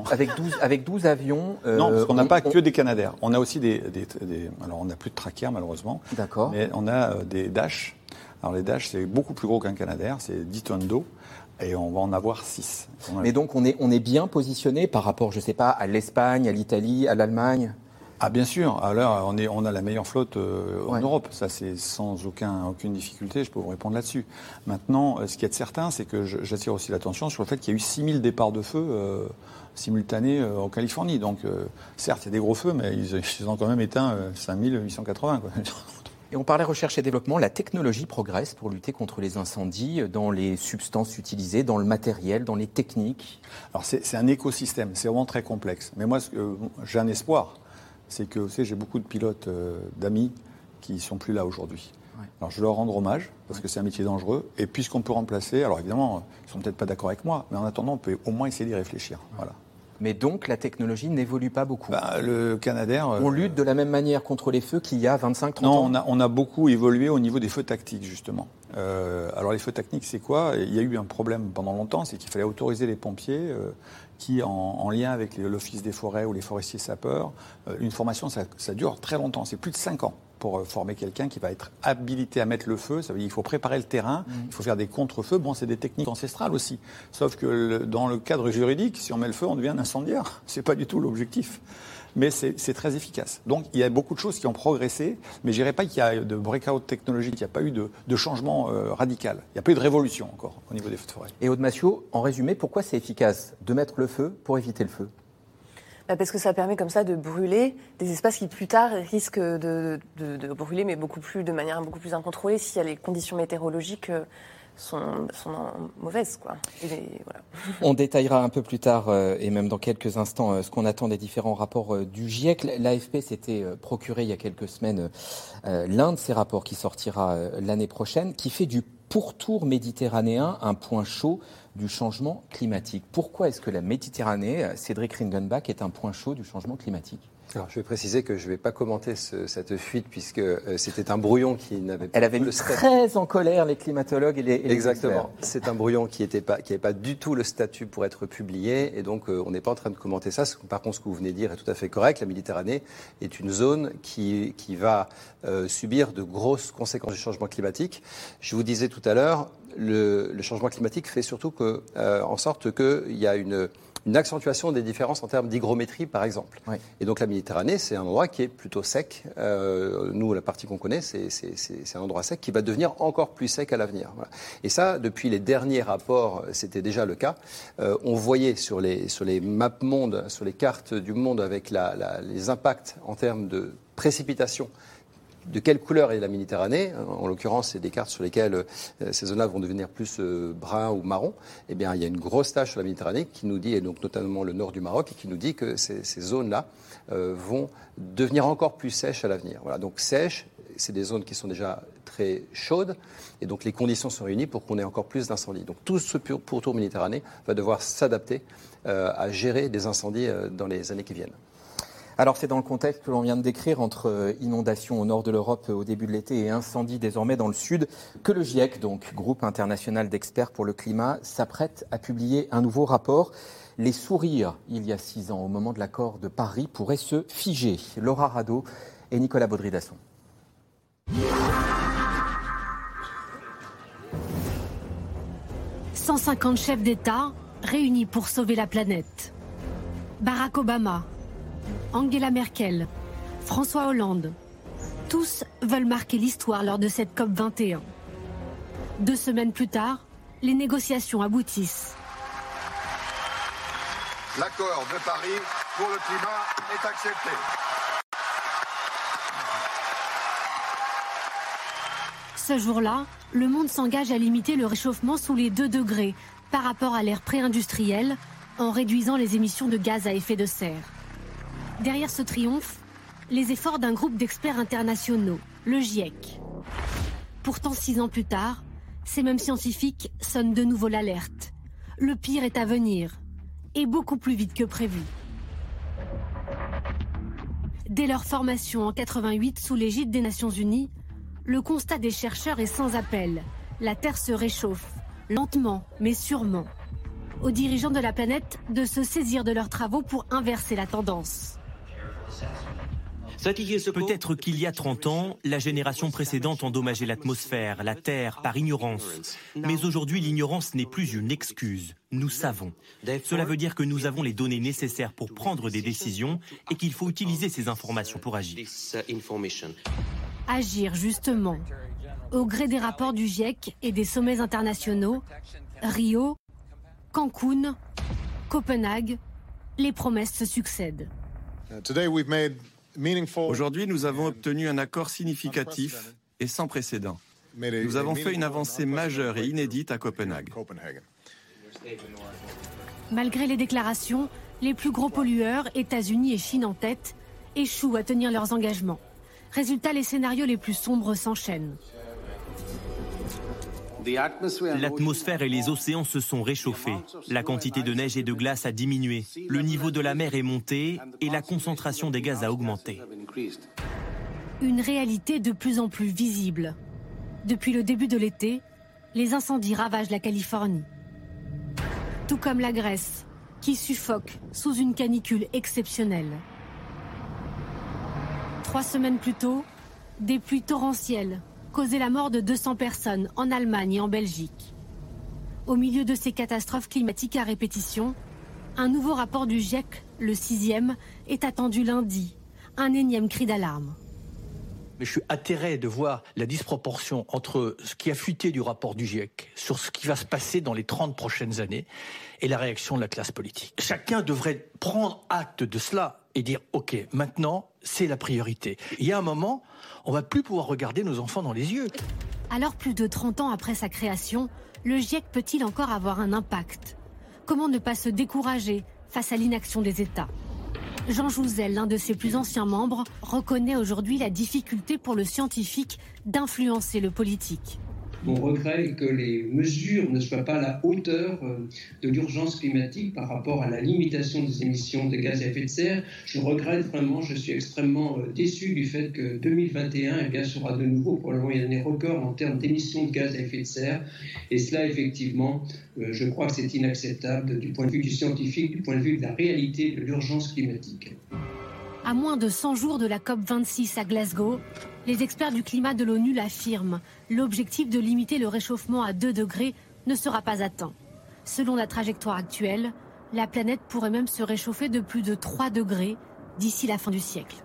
Speaker 2: 12 avions.
Speaker 3: Non, parce qu'on n'a pas que des Canadair. On a aussi alors, on n'a plus de Tracker, malheureusement.
Speaker 2: D'accord.
Speaker 3: Mais on a des Dash. Alors, les Dash, c'est beaucoup plus gros qu'un Canadair. C'est 10 tonnes d'eau. Et on va en avoir 6.
Speaker 2: Mais donc, on est bien positionné par rapport, je ne sais pas, à l'Espagne, à l'Italie, à l'Allemagne.
Speaker 3: Ah bien sûr, alors on a la meilleure flotte en Europe, ça c'est sans aucune difficulté, je peux vous répondre là-dessus. Maintenant, ce qu'il y a de certain, c'est que j'attire aussi l'attention sur le fait qu'il y a eu 6000 départs de feu simultanés en Californie. Donc certes, il y a des gros feux, mais ils ont quand même éteint 5880. Quoi.
Speaker 2: Et on parlait recherche et développement, la technologie progresse pour lutter contre les incendies dans les substances utilisées, dans le matériel, dans les techniques.
Speaker 3: Alors c'est un écosystème, c'est vraiment très complexe. Mais moi, j'ai un espoir. C'est que, vous savez, j'ai beaucoup de pilotes d'amis qui ne sont plus là aujourd'hui. Ouais. Alors, je leur rends hommage, parce que c'est un métier dangereux. Et puisqu'on peut remplacer, alors évidemment, ils ne sont peut-être pas d'accord avec moi, mais en attendant, on peut au moins essayer d'y réfléchir. Ouais. Voilà.
Speaker 2: Mais donc, la technologie n'évolue pas beaucoup.
Speaker 3: Le Canadair...
Speaker 2: on lutte de la même manière contre les feux qu'il y a 25-30 ans.
Speaker 3: Non, on a beaucoup évolué au niveau des feux tactiques, justement. Alors, les feux tactiques, c'est quoi ? Il y a eu un problème pendant longtemps, c'est qu'il fallait autoriser les pompiers... qui, en lien avec l'Office des forêts ou les forestiers sapeurs, une formation, ça dure très longtemps. C'est plus de 5 ans pour former quelqu'un qui va être habilité à mettre le feu. Ça veut dire qu'il faut préparer le terrain, il faut faire des contre-feux. Bon, c'est des techniques ancestrales aussi. Sauf que dans le cadre juridique, si on met le feu, on devient un incendiaire. C'est pas du tout l'objectif. Mais c'est très efficace. Donc, il y a beaucoup de choses qui ont progressé, mais je dirais pas qu'il y a de breakout technologique, il n'y a pas eu de changement radical. Il n'y a pas eu de révolution encore au niveau des feux de forêt.
Speaker 2: Et Aude Massiot, en résumé, pourquoi c'est efficace de mettre le feu pour éviter le feu ?
Speaker 5: Parce que ça permet comme ça de brûler des espaces qui plus tard risquent de brûler, mais de manière beaucoup plus incontrôlée si les conditions météorologiques sont mauvaises, quoi. Voilà.
Speaker 2: On détaillera un peu plus tard, et même dans quelques instants, ce qu'on attend des différents rapports du GIEC. L'AFP s'était procuré il y a quelques semaines l'un de ces rapports qui sortira l'année prochaine, qui fait du pourtour méditerranéen un point chaud du changement climatique. Pourquoi est-ce que la Méditerranée, Cédric Ringenbach, est un point chaud du changement climatique ?
Speaker 6: Alors, je vais préciser que je ne vais pas commenter cette fuite puisque c'était un brouillon qui n'avait pas...
Speaker 2: Elle avait mis très en colère les climatologues et les
Speaker 6: Exactement. C'est un brouillon qui n'avait pas du tout le statut pour être publié et donc on n'est pas en train de commenter ça. Par contre, ce que vous venez de dire est tout à fait correct. La Méditerranée est une zone qui va subir de grosses conséquences du changement climatique. Je vous disais tout à l'heure, le changement climatique fait surtout en sorte qu'il y a une accentuation des différences en termes d'hygrométrie, par exemple. Oui. Et donc la Méditerranée, c'est un endroit qui est plutôt sec. Nous, la partie qu'on connaît, c'est un endroit sec qui va devenir encore plus sec à l'avenir. Voilà. Et ça, depuis les derniers rapports, c'était déjà le cas. On voyait sur les maps mondes, sur les cartes du monde, avec les impacts en termes de précipitation, de quelle couleur est la Méditerranée. En l'occurrence, c'est des cartes sur lesquelles ces zones-là vont devenir plus brun ou marron. Eh bien, il y a une grosse tache sur la Méditerranée qui nous dit, et donc notamment le nord du Maroc, et qui nous dit que ces zones-là vont devenir encore plus sèches à l'avenir. Voilà, donc sèches, c'est des zones qui sont déjà très chaudes, et donc les conditions sont réunies pour qu'on ait encore plus d'incendies. Donc tout ce pourtour Méditerranée va devoir s'adapter à gérer des incendies dans les années qui viennent.
Speaker 2: Alors c'est dans le contexte que l'on vient de décrire entre inondations au nord de l'Europe au début de l'été et incendies désormais dans le sud que le GIEC, donc groupe international d'experts pour le climat, s'apprête à publier un nouveau rapport. Les sourires, il y a 6 ans, au moment de l'accord de Paris, pourraient se figer. Laura Rado et Nicolas Baudry-Dasson. «
Speaker 10: 150 chefs d'État réunis pour sauver la planète. Barack Obama, Angela Merkel, François Hollande, tous veulent marquer l'histoire lors de cette COP21. 2 semaines plus tard, les négociations aboutissent.
Speaker 11: L'accord de Paris pour le climat est accepté.
Speaker 10: Ce jour-là, le monde s'engage à limiter le réchauffement sous les 2 degrés par rapport à l'ère pré-industrielle en réduisant les émissions de gaz à effet de serre. Derrière ce triomphe, les efforts d'un groupe d'experts internationaux, le GIEC. Pourtant, 6 ans plus tard, ces mêmes scientifiques sonnent de nouveau l'alerte. Le pire est à venir, et beaucoup plus vite que prévu. Dès leur formation en 88 sous l'égide des Nations Unies, le constat des chercheurs est sans appel. La Terre se réchauffe, lentement mais sûrement. Aux dirigeants de la planète de se saisir de leurs travaux pour inverser la tendance.
Speaker 12: Peut-être qu'il y a 30 ans, la génération précédente endommageait l'atmosphère, la Terre, par ignorance. Mais aujourd'hui, l'ignorance n'est plus une excuse. Nous savons. Cela veut dire que nous avons les données nécessaires pour prendre des décisions et qu'il faut utiliser ces informations pour agir.
Speaker 10: Agir, justement. Au gré des rapports du GIEC et des sommets internationaux, Rio, Cancun, Copenhague, les promesses se succèdent.
Speaker 8: Aujourd'hui, nous avons obtenu un accord significatif et sans précédent. Nous avons fait une avancée majeure et inédite à Copenhague.
Speaker 10: Malgré les déclarations, les plus gros pollueurs, États-Unis et Chine en tête, échouent à tenir leurs engagements. Résultat, les scénarios les plus sombres s'enchaînent.
Speaker 12: L'atmosphère et les océans se sont réchauffés. La quantité de neige et de glace a diminué. Le niveau de la mer est monté et la concentration des gaz a augmenté.
Speaker 10: Une réalité de plus en plus visible. Depuis le début de l'été, les incendies ravagent la Californie. Tout comme la Grèce, qui suffoque sous une canicule exceptionnelle. 3 semaines plus tôt, des pluies torrentielles causaient la mort de 200 personnes en Allemagne et en Belgique. Au milieu de ces catastrophes climatiques à répétition, un nouveau rapport du GIEC, le 6e, est attendu lundi. Un énième cri d'alarme.
Speaker 13: Mais je suis atterré de voir la disproportion entre ce qui a fuité du rapport du GIEC sur ce qui va se passer dans les 30 prochaines années et la réaction de la classe politique. Chacun devrait prendre acte de cela et dire « Ok, maintenant, c'est la priorité ». Il y a un moment, on ne va plus pouvoir regarder nos enfants dans les yeux.
Speaker 10: Alors, plus de 30 ans après sa création, le GIEC peut-il encore avoir un impact? Comment ne pas se décourager face à l'inaction des États? Jean Jouzel, l'un de ses plus anciens membres, reconnaît aujourd'hui la difficulté pour le scientifique d'influencer le politique.
Speaker 14: Mon regret est que les mesures ne soient pas à la hauteur de l'urgence climatique par rapport à la limitation des émissions de gaz à effet de serre. Je regrette vraiment, je suis extrêmement déçu du fait que 2021 sera de nouveau probablement une année record en termes d'émissions de gaz à effet de serre. Et cela, effectivement, je crois que c'est inacceptable du point de vue du scientifique, du point de vue de la réalité de l'urgence climatique.
Speaker 10: À moins de 100 jours de la COP26 à Glasgow, les experts du climat de l'ONU l'affirment. L'objectif de limiter le réchauffement à 2 degrés ne sera pas atteint. Selon la trajectoire actuelle, la planète pourrait même se réchauffer de plus de 3 degrés d'ici la fin du siècle.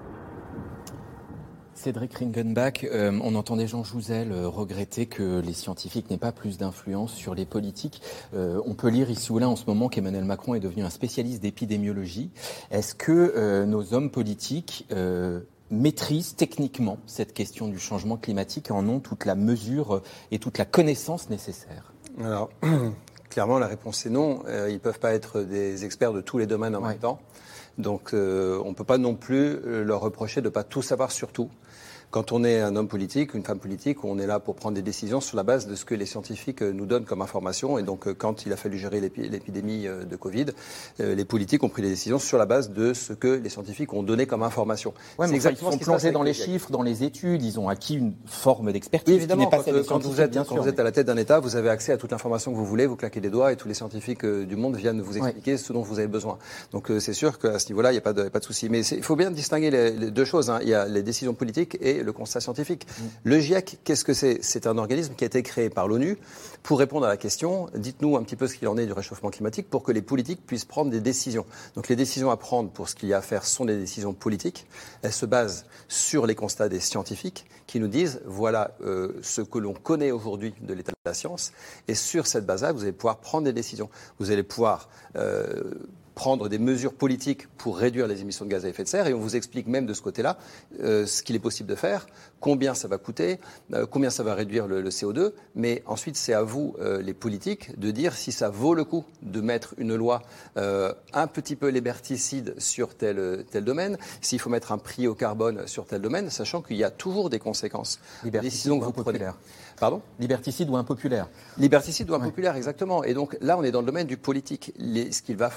Speaker 2: Cédric Ringenbach, on entendait Jean Jouzel regretter que les scientifiques n'aient pas plus d'influence sur les politiques. On peut lire ici ou là en ce moment qu'Emmanuel Macron est devenu un spécialiste d'épidémiologie. Est-ce que nos hommes politiques maîtrisent techniquement cette question du changement climatique et en ont toute la mesure et toute la connaissance nécessaire?
Speaker 6: Alors, clairement, la réponse est non. Ils ne peuvent pas être des experts de tous les domaines en même temps. Donc, on ne peut pas non plus leur reprocher de ne pas tout savoir sur tout. Quand on est un homme politique, une femme politique, on est là pour prendre des décisions sur la base de ce que les scientifiques nous donnent comme information. Et donc, quand il a fallu gérer l'épidémie de Covid, les politiques ont pris des décisions sur la base de ce que les scientifiques ont donné comme information.
Speaker 2: Ouais, mais exactement, ils sont plongés dans les chiffres, dans les études, ils ont acquis une forme d'expertise. Oui, évidemment, qui n'est pas celle des scientifiques,
Speaker 6: quand vous êtes à la tête d'un État, vous avez accès à toute l'information que vous voulez, vous claquez des doigts et tous les scientifiques du monde viennent vous expliquer ce dont vous avez besoin. Donc, c'est sûr qu'à ce niveau-là, il n'y a pas de souci. Mais il faut bien distinguer les deux choses. Il y a les décisions politiques et le constat scientifique. Le GIEC, qu'est-ce que c'est? C'est un organisme qui a été créé par l'ONU pour répondre à la question, dites-nous un petit peu ce qu'il en est du réchauffement climatique pour que les politiques puissent prendre des décisions. Donc les décisions à prendre pour ce qu'il y a à faire sont des décisions politiques. Elles se basent sur les constats des scientifiques qui nous disent, voilà ce que l'on connaît aujourd'hui de l'état de la science. Et sur cette base-là, vous allez pouvoir prendre des décisions. Vous allez pouvoir prendre des mesures politiques pour réduire les émissions de gaz à effet de serre et on vous explique même de ce côté-là ce qu'il est possible de faire, combien ça va coûter, combien ça va réduire le CO2, mais ensuite c'est à vous, les politiques, de dire si ça vaut le coup de mettre une loi un petit peu liberticide sur tel domaine, s'il faut mettre un prix au carbone sur tel domaine, sachant qu'il y a toujours des conséquences.
Speaker 2: Décision que vous prenez.
Speaker 6: Pardon ?
Speaker 2: Liberticide ou impopulaire.
Speaker 6: Liberticide ou impopulaire, exactement. Et donc là, on est dans le domaine du politique. Ce qu'il va falloir faire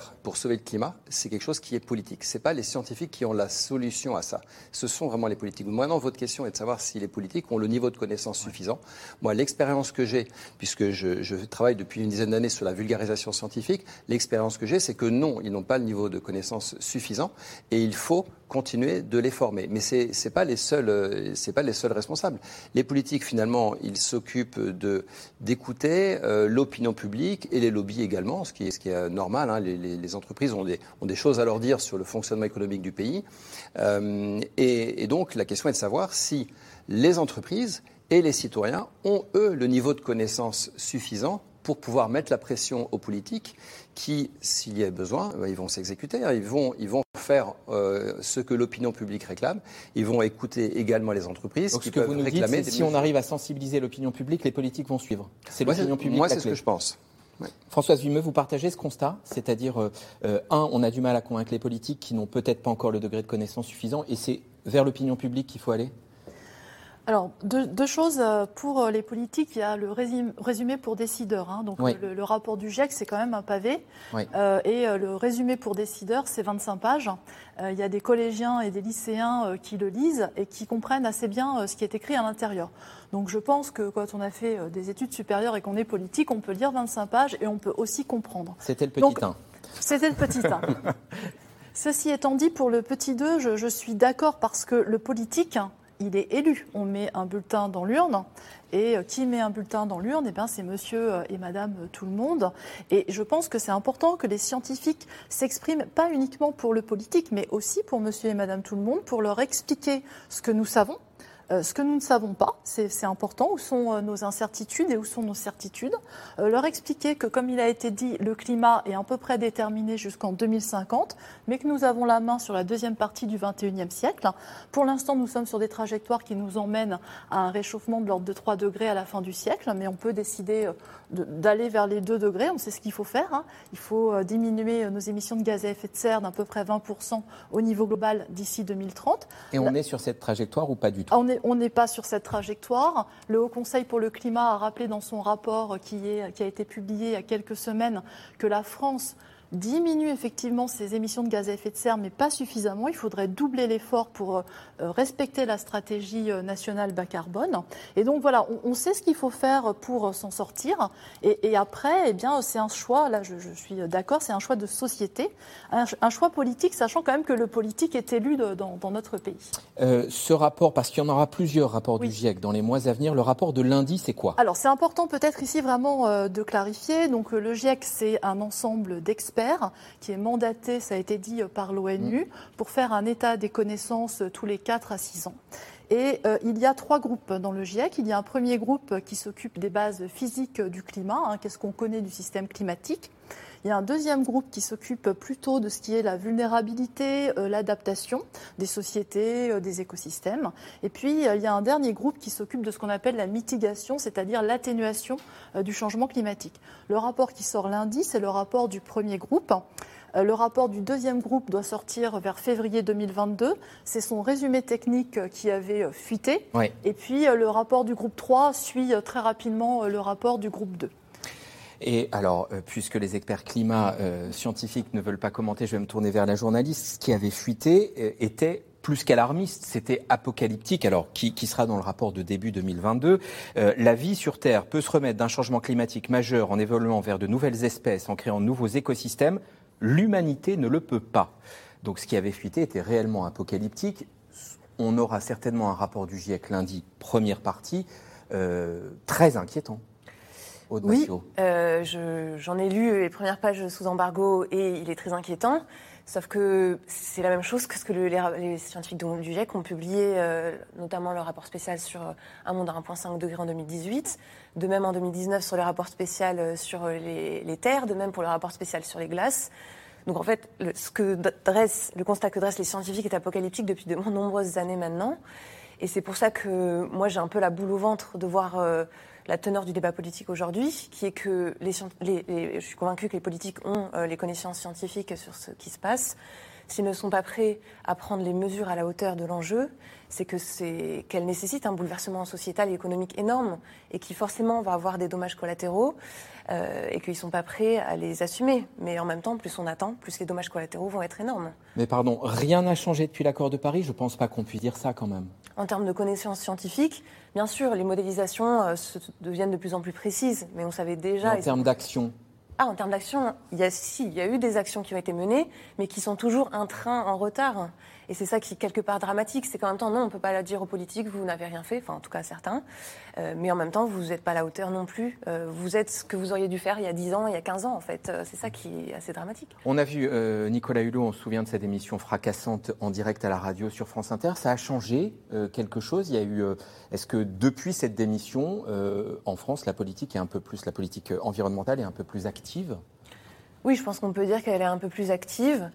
Speaker 6: faire pour sauver le climat, c'est quelque chose qui est politique. Ce n'est pas les scientifiques qui ont la solution à ça. Ce sont vraiment les politiques. Maintenant, votre question est de savoir si les politiques ont le niveau de connaissance suffisant. Moi, l'expérience que j'ai, puisque je travaille depuis une dizaine d'années sur la vulgarisation scientifique, l'expérience que j'ai, c'est que non, ils n'ont pas le niveau de connaissance suffisant et il faut continuer de les former. Mais c'est pas les seuls responsables. Les politiques, finalement, ils s'occupent d'écouter l'opinion publique et les lobbies également, ce qui est normal. Hein. Les entreprises ont des choses à leur dire sur le fonctionnement économique du pays. Et donc, la question est de savoir si les entreprises et les citoyens ont, eux, le niveau de connaissance suffisant pour pouvoir mettre la pression aux politiques qui, s'il y a besoin, ils vont s'exécuter. Ils vont faire ce que l'opinion publique réclame. Ils vont écouter également les entreprises
Speaker 2: Donc,
Speaker 6: qui
Speaker 2: ce que
Speaker 6: peuvent
Speaker 2: vous nous
Speaker 6: réclamer
Speaker 2: dites, c'est si on arrive à sensibiliser l'opinion publique, les politiques vont suivre. C'est l'opinion publique.
Speaker 6: Moi, c'est ce que je pense.
Speaker 2: Ouais. Françoise Vimeux, vous partagez ce constat, c'est-à-dire, on a du mal à convaincre les politiques qui n'ont peut-être pas encore le degré de connaissance suffisant, et c'est vers l'opinion publique qu'il faut aller ?
Speaker 4: Alors, deux choses. Pour les politiques, il y a le résumé pour décideurs. Hein. Donc,
Speaker 2: oui.
Speaker 4: le rapport du GIEC, c'est quand même un pavé.
Speaker 2: Oui.
Speaker 4: Et le résumé pour décideurs, c'est 25 pages. Il y a des collégiens et des lycéens qui le lisent et qui comprennent assez bien ce qui est écrit à l'intérieur. Donc, je pense que quand on a fait des études supérieures et qu'on est politique, on peut lire 25 pages et on peut aussi comprendre.
Speaker 2: C'était le petit 1.
Speaker 4: C'était le petit 1. Ceci étant dit, pour le petit 2, je suis d'accord parce que le politique... il est élu. On met un bulletin dans l'urne. Et qui met un bulletin dans l'urne ? Eh bien, c'est monsieur et madame tout le monde. Et je pense que c'est important que les scientifiques s'expriment pas uniquement pour le politique, mais aussi pour monsieur et madame tout le monde, pour leur expliquer ce que nous savons. Ce que nous ne savons pas, c'est important, où sont nos incertitudes et où sont nos certitudes. Leur expliquer que, comme il a été dit, le climat est à peu près déterminé jusqu'en 2050, mais que nous avons la main sur la deuxième partie du XXIe siècle. Pour l'instant, nous sommes sur des trajectoires qui nous emmènent à un réchauffement de l'ordre de 3 degrés à la fin du siècle, mais on peut décider d'aller vers les 2 degrés, on sait ce qu'il faut faire. Hein. Il faut diminuer nos émissions de gaz à effet de serre d'à peu près 20% au niveau global d'ici 2030.
Speaker 2: Et on est sur cette trajectoire ou pas du tout ?
Speaker 4: On n'est pas sur cette trajectoire. Le Haut Conseil pour le climat a rappelé dans son rapport qui a été publié il y a quelques semaines que la France diminue effectivement ses émissions de gaz à effet de serre, mais pas suffisamment. Il faudrait doubler l'effort pour respecter la stratégie nationale bas carbone. Et donc voilà, on sait ce qu'il faut faire pour s'en sortir. Et après, eh bien, c'est un choix, là je suis d'accord, c'est un choix de société, un choix politique, sachant quand même que le politique est élu dans notre pays.
Speaker 2: Ce rapport, parce qu'il y en aura plusieurs rapports du GIEC dans les mois à venir, le rapport de lundi, c'est quoi ?
Speaker 4: Alors c'est important peut-être ici vraiment de clarifier. Donc le GIEC, c'est un ensemble d'experts qui est mandaté, ça a été dit, par l'ONU, pour faire un état des connaissances tous les 4 à 6 ans. Et il y a 3 groupes dans le GIEC. Il y a un premier groupe qui s'occupe des bases physiques du climat, hein, qu'est-ce qu'on connaît du système climatique. Il y a un deuxième groupe qui s'occupe plutôt de ce qui est la vulnérabilité, l'adaptation des sociétés, des écosystèmes. Et puis, il y a un dernier groupe qui s'occupe de ce qu'on appelle la mitigation, c'est-à-dire l'atténuation du changement climatique. Le rapport qui sort lundi, c'est le rapport du premier groupe. Le rapport du deuxième groupe doit sortir vers février 2022. C'est son résumé technique qui avait fuité.
Speaker 2: Oui.
Speaker 4: Et puis, le rapport du groupe 3 suit très rapidement le rapport du groupe 2.
Speaker 2: Et alors, puisque les experts climat scientifiques ne veulent pas commenter, je vais me tourner vers la journaliste. Ce qui avait fuité était plus qu'alarmiste, c'était apocalyptique. Alors, qui sera dans le rapport de début 2022 la vie sur Terre peut se remettre d'un changement climatique majeur en évoluant vers de nouvelles espèces, en créant de nouveaux écosystèmes. L'humanité ne le peut pas. Donc, ce qui avait fuité était réellement apocalyptique. On aura certainement un rapport du GIEC lundi, première partie, très inquiétant.
Speaker 5: Oui, j'en ai lu les premières pages sous embargo et il est très inquiétant. Sauf que c'est la même chose que ce que les scientifiques du GIEC ont publié, notamment le rapport spécial sur un monde à 1,5 degré en 2018, de même en 2019 sur le rapport spécial sur les terres, de même pour le rapport spécial sur les glaces. Donc en fait, le constat que dressent les scientifiques est apocalyptique depuis de nombreuses années maintenant. Et c'est pour ça que moi j'ai un peu la boule au ventre de voir la teneur du débat politique aujourd'hui, qui est que je suis convaincue que les politiques ont les connaissances scientifiques sur ce qui se passe. s'ils ne sont pas prêts à prendre les mesures à la hauteur de l'enjeu, c'est qu'elle nécessite un bouleversement sociétal et économique énorme et qui forcément va avoir des dommages collatéraux et qu'ils ne sont pas prêts à les assumer. Mais en même temps, plus on attend, plus les dommages collatéraux vont être énormes.
Speaker 2: Mais pardon, rien n'a changé depuis l'accord de Paris? Je ne pense pas qu'on puisse dire ça quand même.
Speaker 5: En termes de connaissances scientifiques, bien sûr, les modélisations deviennent de plus en plus précises, mais on savait déjà...
Speaker 2: En termes d'action?
Speaker 5: En termes d'action, il y a eu des actions qui ont été menées, mais qui sont toujours un train en retard. Et c'est ça qui est quelque part dramatique, c'est qu'en même temps, non, on ne peut pas la dire aux politiques, vous n'avez rien fait, enfin en tout cas certains, mais en même temps, vous n'êtes pas à la hauteur non plus. Vous êtes ce que vous auriez dû faire il y a 10 ans, il y a 15 ans en fait. C'est ça qui est assez dramatique.
Speaker 2: On a vu Nicolas Hulot, on se souvient de cette émission fracassante en direct à la radio sur France Inter. Ça a changé quelque chose? Il y a eu, est-ce que depuis cette démission, en France, la politique environnementale est un peu plus active?
Speaker 5: Oui, je pense qu'on peut dire qu'elle est un peu plus active.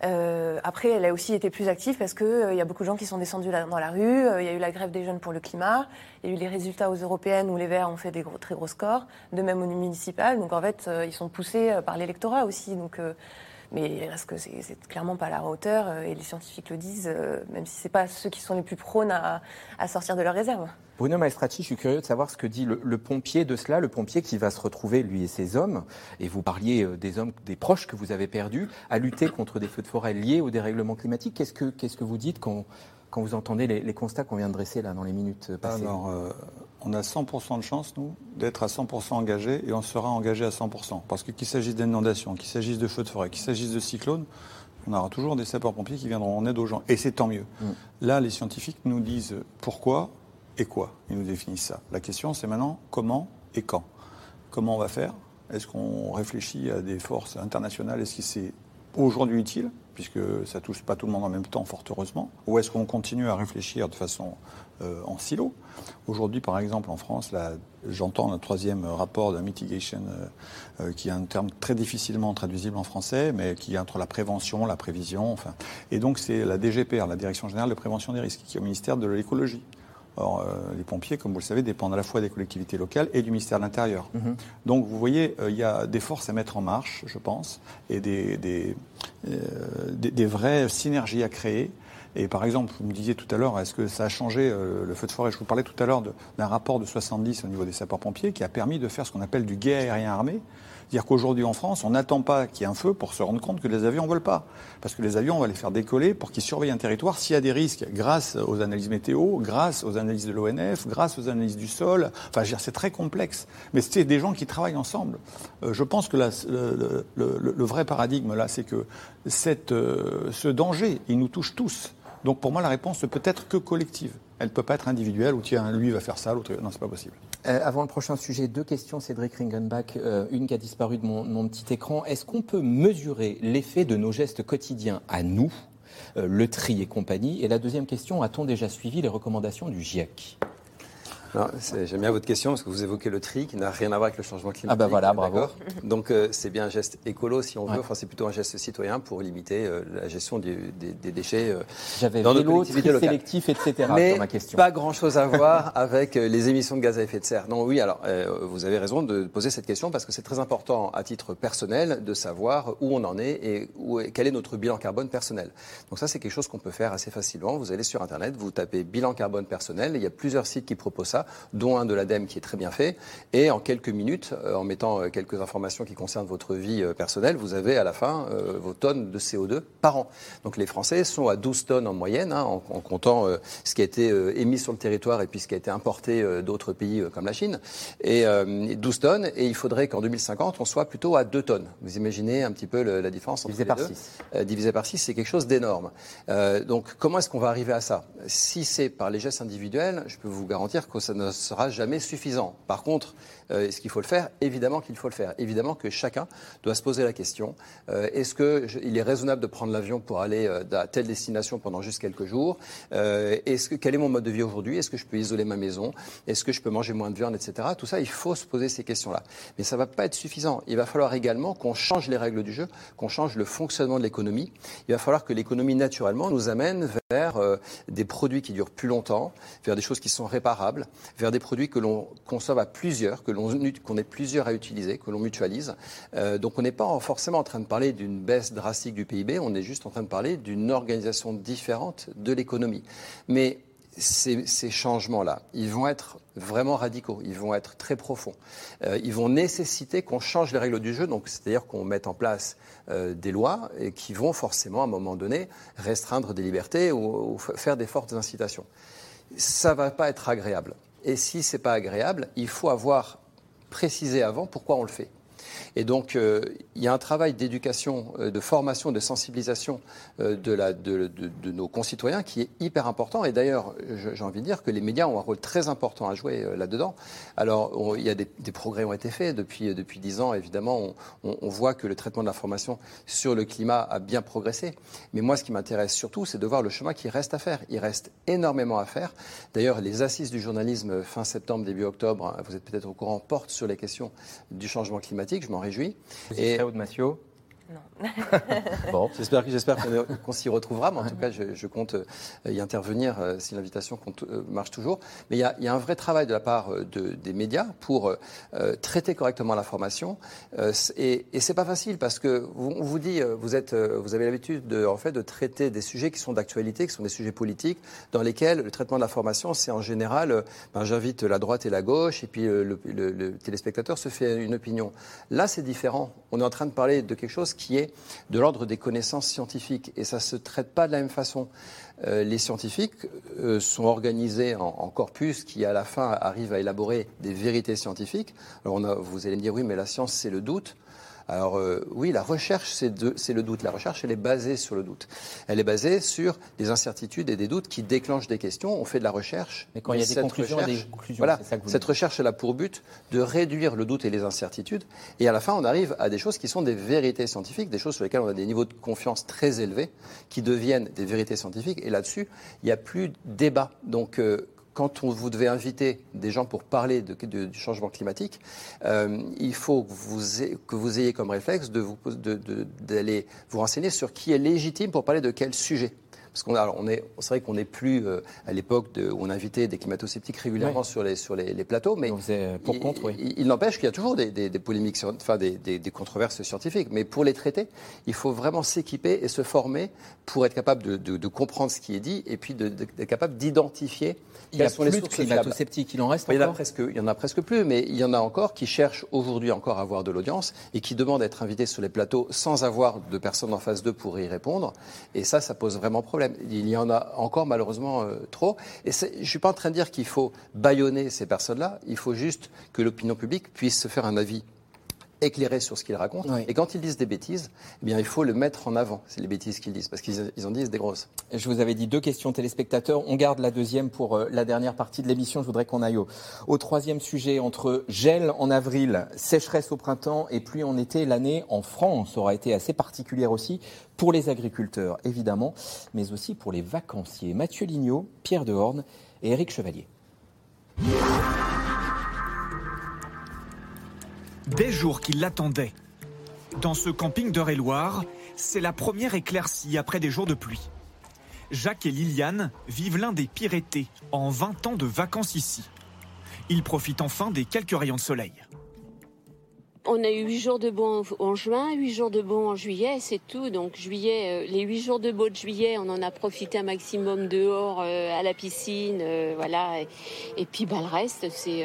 Speaker 5: Après, elle a aussi été plus active parce qu'il y a beaucoup de gens qui sont descendus dans la rue. Il y a eu la grève des jeunes pour le climat. Il y a eu les résultats aux européennes où les Verts ont fait des très gros scores, de même aux municipales. Donc en fait, ils sont poussés par l'électorat aussi. Donc, mais parce que c'est clairement pas à la hauteur et les scientifiques le disent, même si c'est pas ceux qui sont les plus prônes à sortir de leurs réserves.
Speaker 2: Bruno Maestracci, je suis curieux de savoir ce que dit le pompier de cela, le pompier qui va se retrouver, lui et ses hommes, et vous parliez des hommes, des proches que vous avez perdus, à lutter contre des feux de forêt liés au dérèglement climatique. Qu'est-ce que vous dites quand vous entendez les constats qu'on vient de dresser là dans les minutes passées?
Speaker 3: Alors, on a 100% de chance, nous, d'être à 100% engagés, et on sera engagés à 100%. Parce que qu'il s'agisse d'inondations, qu'il s'agisse de feux de forêt, qu'il s'agisse de cyclones, on aura toujours des sapeurs-pompiers qui viendront en aide aux gens. Et c'est tant mieux. Là, les scientifiques nous disent pourquoi et quoi. Ils nous définissent ça. La question, c'est maintenant comment et quand. Comment on va faire? Est-ce qu'on réfléchit à des forces internationales? Est-ce que c'est aujourd'hui utile, puisque ça ne touche pas tout le monde en même temps, fort heureusement? Ou est-ce qu'on continue à réfléchir de façon en silo? Aujourd'hui, par exemple, en France, là, j'entends le 3e rapport de mitigation, qui est un terme très difficilement traduisible en français, mais qui est entre la prévention, la prévision, enfin. Et donc, c'est la DGPR, la Direction Générale de Prévention des Risques, qui est au ministère de l'Écologie. Or, les pompiers, comme vous le savez, dépendent à la fois des collectivités locales et du ministère de l'Intérieur. Donc, vous voyez, il y a des forces à mettre en marche, je pense, et des vraies synergies à créer. Et par exemple, vous me disiez tout à l'heure, est-ce que ça a changé le feu de forêt? Je vous parlais tout à l'heure d'un rapport de 70 au niveau des sapeurs-pompiers qui a permis de faire ce qu'on appelle du guet aérien armé. C'est-à-dire qu'aujourd'hui en France, on n'attend pas qu'il y ait un feu pour se rendre compte que les avions ne volent pas. Parce que les avions, on va les faire décoller pour qu'ils surveillent un territoire s'il y a des risques, grâce aux analyses météo, grâce aux analyses de l'ONF, grâce aux analyses du sol. Enfin, je veux dire, c'est très complexe. Mais c'est des gens qui travaillent ensemble. Je pense que le vrai paradigme, là, c'est que ce danger, il nous touche tous. Donc pour moi, la réponse ne peut être que collective. Elle ne peut pas être individuelle, ou tiens, lui va faire ça, l'autre... Non, c'est pas possible.
Speaker 2: Avant le prochain sujet, 2 questions, Cédric Ringenbach. Une qui a disparu de mon petit écran. Est-ce qu'on peut mesurer l'effet de nos gestes quotidiens à nous, le tri et compagnie? Et la deuxième question, a-t-on déjà suivi les recommandations du GIEC?
Speaker 6: J'aime bien votre question parce que vous évoquez le tri qui n'a rien à voir avec le changement climatique.
Speaker 2: Ah ben voilà, bravo.
Speaker 6: Donc c'est bien un geste écolo si on veut, enfin c'est plutôt un geste citoyen pour limiter la gestion des déchets
Speaker 2: J'avais
Speaker 6: dans nos
Speaker 2: vélo,
Speaker 6: collectivités locales.
Speaker 2: sélectif, etc.
Speaker 6: Mais
Speaker 2: dans ma question.
Speaker 6: Pas grand-chose à voir avec les émissions de gaz à effet de serre. Non, oui, alors vous avez raison de poser cette question parce que c'est très important à titre personnel de savoir où on en est et quel est notre bilan carbone personnel. Donc ça c'est quelque chose qu'on peut faire assez facilement. Vous allez sur Internet, vous tapez bilan carbone personnel, il y a plusieurs sites qui proposent ça, dont un de l'ADEME qui est très bien fait. Et en quelques minutes, en mettant quelques informations qui concernent votre vie personnelle, vous avez à la fin vos tonnes de CO2 par an. Donc les Français sont à 12 tonnes en moyenne, en comptant ce qui a été émis sur le territoire et puis ce qui a été importé d'autres pays comme la Chine. Et 12 tonnes, et il faudrait qu'en 2050, on soit plutôt à 2 tonnes. Vous imaginez un petit peu la différence entre
Speaker 2: divisé
Speaker 6: les
Speaker 2: par
Speaker 6: deux.
Speaker 2: 6.
Speaker 6: Divisé par 6, c'est quelque chose d'énorme. Donc comment est-ce qu'on va arriver à ça? Si c'est par les gestes individuels, je peux vous garantir que ça ne sera jamais suffisant. Par contre, est-ce qu'il faut le faire? Évidemment qu'il faut le faire. Évidemment que chacun doit se poser la question. Est-ce qu'il est raisonnable de prendre l'avion pour aller à telle destination pendant juste quelques jours? Quel est mon mode de vie aujourd'hui? Est-ce que je peux isoler ma maison? Est-ce que je peux manger moins de viande, etc. Tout ça, il faut se poser ces questions-là. Mais ça ne va pas être suffisant. Il va falloir également qu'on change les règles du jeu, qu'on change le fonctionnement de l'économie. Il va falloir que l'économie, naturellement, nous amène vers vers des produits qui durent plus longtemps, vers des choses qui sont réparables, vers des produits que l'on consomme à plusieurs, qu'on est plusieurs à utiliser, que l'on mutualise. Donc on n'est pas forcément en train de parler d'une baisse drastique du PIB, on est juste en train de parler d'une organisation différente de l'économie. Mais ces changements-là, ils vont être vraiment radicaux, ils vont être très profonds. Ils vont nécessiter qu'on change les règles du jeu, donc c'est-à-dire qu'on mette en place des lois et qui vont forcément, à un moment donné, restreindre des libertés ou faire des fortes incitations. Ça ne va pas être agréable. Et si ce n'est pas agréable, il faut avoir précisé avant pourquoi on le fait. Et donc, il y a un travail d'éducation, de formation, de sensibilisation de nos concitoyens qui est hyper important. Et d'ailleurs, j'ai envie de dire que les médias ont un rôle très important à jouer là-dedans. Alors, il y a des progrès ont été faits depuis 10 ans. Évidemment, on voit que le traitement de l'information sur le climat a bien progressé. Mais moi, ce qui m'intéresse surtout, c'est de voir le chemin qui reste à faire. Il reste énormément à faire. D'ailleurs, les assises du journalisme fin septembre, début octobre, vous êtes peut-être au courant, portent sur les questions du changement climatique. Je m'en réjouis.
Speaker 2: Vous y serez, Aude Massiot ?
Speaker 5: Non.
Speaker 6: Bon, j'espère qu'on s'y retrouvera, mais en tout cas, je compte y intervenir si l'invitation marche toujours. Mais il y a un vrai travail de la part des médias pour traiter correctement l'information. Et c'est pas facile parce que on vous dit, vous avez l'habitude de traiter des sujets qui sont d'actualité, qui sont des sujets politiques, dans lesquels le traitement de l'information, c'est en général, j'invite la droite et la gauche, et puis le téléspectateur se fait une opinion. Là, c'est différent. On est en train de parler de quelque chose qui est de l'ordre des connaissances scientifiques. Et ça ne se traite pas de la même façon. Les scientifiques sont organisés en corpus qui, à la fin, arrivent à élaborer des vérités scientifiques. Alors, vous allez me dire, oui, mais la science, c'est le doute. Alors oui, la recherche, c'est le doute. La recherche, elle est basée sur le doute. Elle est basée sur des incertitudes et des doutes qui déclenchent des questions. On fait de la recherche.
Speaker 2: Mais quand il y a des conclusions,
Speaker 6: voilà,
Speaker 2: c'est ça que vous
Speaker 6: cette recherche, elle a pour but de réduire le doute et les incertitudes. Et à la fin, on arrive à des choses qui sont des vérités scientifiques, des choses sur lesquelles on a des niveaux de confiance très élevés, qui deviennent des vérités scientifiques. Et là-dessus, il n'y a plus de débat. Donc quand vous devez inviter des gens pour parler du changement climatique, il faut que vous ayez comme réflexe d'aller vous renseigner sur qui est légitime pour parler de quel sujet. Parce c'est vrai qu'on n'est plus à l'époque où on invitait des climato-sceptiques régulièrement sur les plateaux, mais il n'empêche qu'il y a toujours des polémiques, des controverses scientifiques. Mais pour les traiter, il faut vraiment s'équiper et se former pour être capable de comprendre ce qui est dit et puis d'être capable d'identifier quelles sont les sources
Speaker 2: climato-sceptiques. Il en reste
Speaker 6: encore ?
Speaker 2: Il
Speaker 6: y en a presque plus, mais il y en a encore qui cherchent aujourd'hui encore à avoir de l'audience et qui demandent à être invités sur les plateaux sans avoir de personnes en face d'eux pour y répondre. Et ça pose vraiment problème. Il y en a encore malheureusement trop. Et je ne suis pas en train de dire qu'il faut bâillonner ces personnes-là. Il faut juste que l'opinion publique puisse se faire un avis éclairé sur ce qu'ils racontent. Oui. Et quand ils disent des bêtises, eh bien, il faut le mettre en avant, c'est les bêtises qu'ils disent, parce qu'ils en disent des grosses.
Speaker 2: Je vous avais dit 2 questions téléspectateurs. On garde la deuxième pour la dernière partie de l'émission. Je voudrais qu'on aille au troisième sujet. Entre gel en avril, sécheresse au printemps et pluie en été, l'année en France aura été assez particulière aussi pour les agriculteurs, évidemment, mais aussi pour les vacanciers. Mathieu Lignot, Pierre Dehorne et Éric Chevalier.
Speaker 9: Des jours qui l'attendaient. Dans ce camping d'Eure-et-Loir, c'est la première éclaircie après des jours de pluie. Jacques et Liliane vivent l'un des pires étés en 20 ans de vacances ici. Ils profitent enfin des quelques rayons de soleil.
Speaker 15: On a eu 8 jours de beau en juin, 8 jours de beau en juillet, c'est tout. Donc juillet, les 8 jours de beau de juillet, on en a profité un maximum dehors, à la piscine, voilà. Et puis le reste, c'est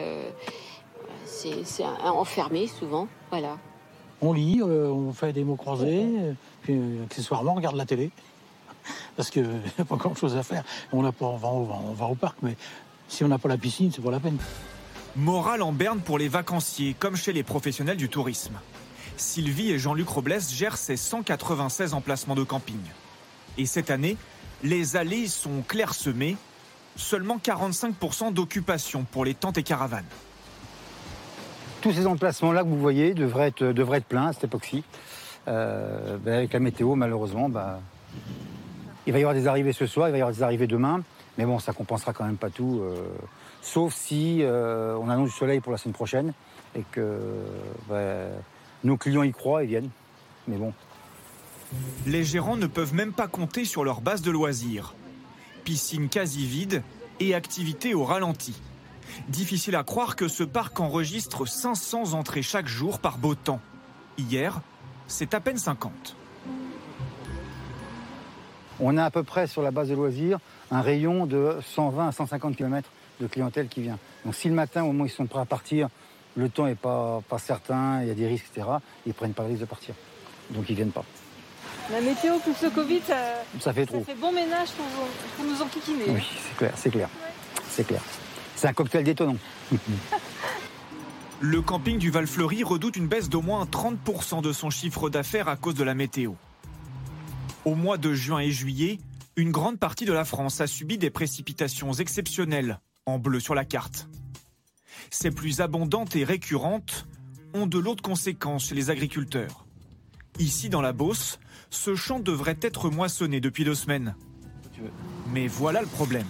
Speaker 15: enfermé souvent, voilà.
Speaker 13: On lit, on fait des mots croisés, puis accessoirement on regarde la télé, parce qu'il n'y a pas grand-chose à faire. On va au parc, mais si on n'a pas la piscine, c'est pas la peine.
Speaker 9: Morale en berne pour les vacanciers, comme chez les professionnels du tourisme. Sylvie et Jean-Luc Robles gèrent ces 196 emplacements de camping. Et cette année, les allées sont clairsemées, seulement 45% d'occupation pour les tentes et caravanes.
Speaker 16: Tous ces emplacements-là que vous voyez devraient être pleins à cette époque-ci. Avec la météo, malheureusement, il va y avoir des arrivées ce soir, il va y avoir des arrivées demain. Mais bon, ça compensera quand même pas tout. Sauf si on annonce du soleil pour la semaine prochaine et que nos clients y croient et viennent. Mais bon.
Speaker 9: Les gérants ne peuvent même pas compter sur leur base de loisirs. piscines quasi vides et activités au ralenti. Difficile à croire que ce parc enregistre 500 entrées chaque jour par beau temps. Hier, c'est à peine 50.
Speaker 16: On a à peu près sur la base de loisirs un rayon de 120 à 150 km de clientèle qui vient. Donc si le matin, au moment où ils sont prêts à partir, le temps n'est pas certain, il y a des risques, etc., ils ne prennent pas le risque de partir. Donc ils ne viennent pas.
Speaker 17: La météo plus le Covid,
Speaker 16: ça fait trop.
Speaker 17: Ça fait bon ménage pour nous enquiquiner.
Speaker 16: Oui, c'est clair. C'est clair. C'est un cocktail détonnant.
Speaker 9: Le camping du Val-Fleury redoute une baisse d'au moins 30% de son chiffre d'affaires à cause de la météo. Au mois de juin et juillet, une grande partie de la France a subi des précipitations exceptionnelles, en bleu sur la carte. Ces pluies abondantes et récurrentes ont de lourdes conséquences chez les agriculteurs. Ici, dans la Beauce, ce champ devrait être moissonné depuis 2 semaines. Mais voilà le problème.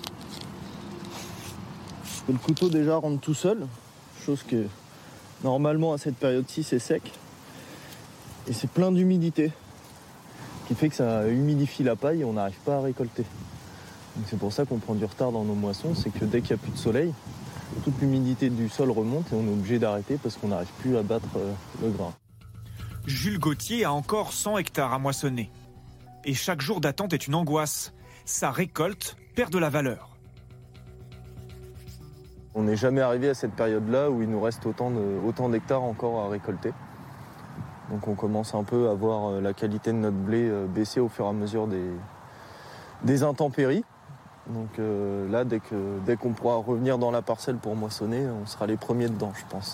Speaker 18: Le couteau déjà rentre tout seul, chose que normalement à cette période-ci c'est sec. Et c'est plein d'humidité, qui fait que ça humidifie la paille et on n'arrive pas à récolter. Donc c'est pour ça qu'on prend du retard dans nos moissons, c'est que dès qu'il n'y a plus de soleil, toute l'humidité du sol remonte et on est obligé d'arrêter parce qu'on n'arrive plus à battre le grain.
Speaker 9: Jules Gauthier a encore 100 hectares à moissonner. Et chaque jour d'attente est une angoisse. Sa récolte perd de la valeur.
Speaker 18: On n'est jamais arrivé à cette période-là où il nous reste autant d'hectares encore à récolter. Donc on commence un peu à voir la qualité de notre blé baisser au fur et à mesure des intempéries. Donc là, dès qu'on pourra revenir dans la parcelle pour moissonner, on sera les premiers dedans, je pense.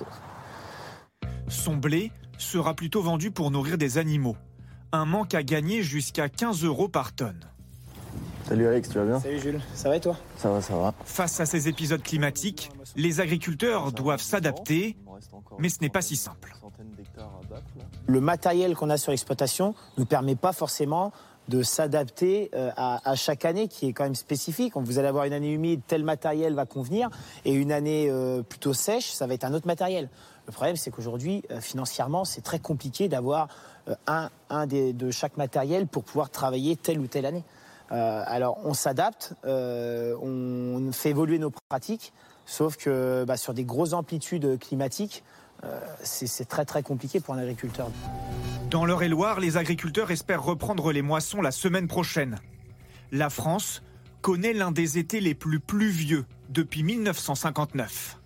Speaker 9: Son blé sera plutôt vendu pour nourrir des animaux. Un manque à gagner jusqu'à 15 € par tonne.
Speaker 18: Salut Alex, tu vas bien ?
Speaker 19: Salut Jules, ça va et toi ?
Speaker 18: Ça va.
Speaker 9: Face à ces épisodes climatiques, les agriculteurs doivent s'adapter, mais ce n'est pas si simple.
Speaker 19: Le matériel qu'on a sur l'exploitation ne nous permet pas forcément de s'adapter à chaque année qui est quand même spécifique. Vous allez avoir une année humide, tel matériel va convenir, et une année plutôt sèche, ça va être un autre matériel. Le problème, c'est qu'aujourd'hui, financièrement, c'est très compliqué d'avoir de chaque matériel pour pouvoir travailler telle ou telle année. Alors, on s'adapte, on fait évoluer nos pratiques, sauf que sur des grosses amplitudes climatiques, c'est très très compliqué pour un agriculteur.
Speaker 9: Dans l'Eure-et-Loire, les agriculteurs espèrent reprendre les moissons la semaine prochaine. La France connaît l'un des étés les plus pluvieux depuis 1959.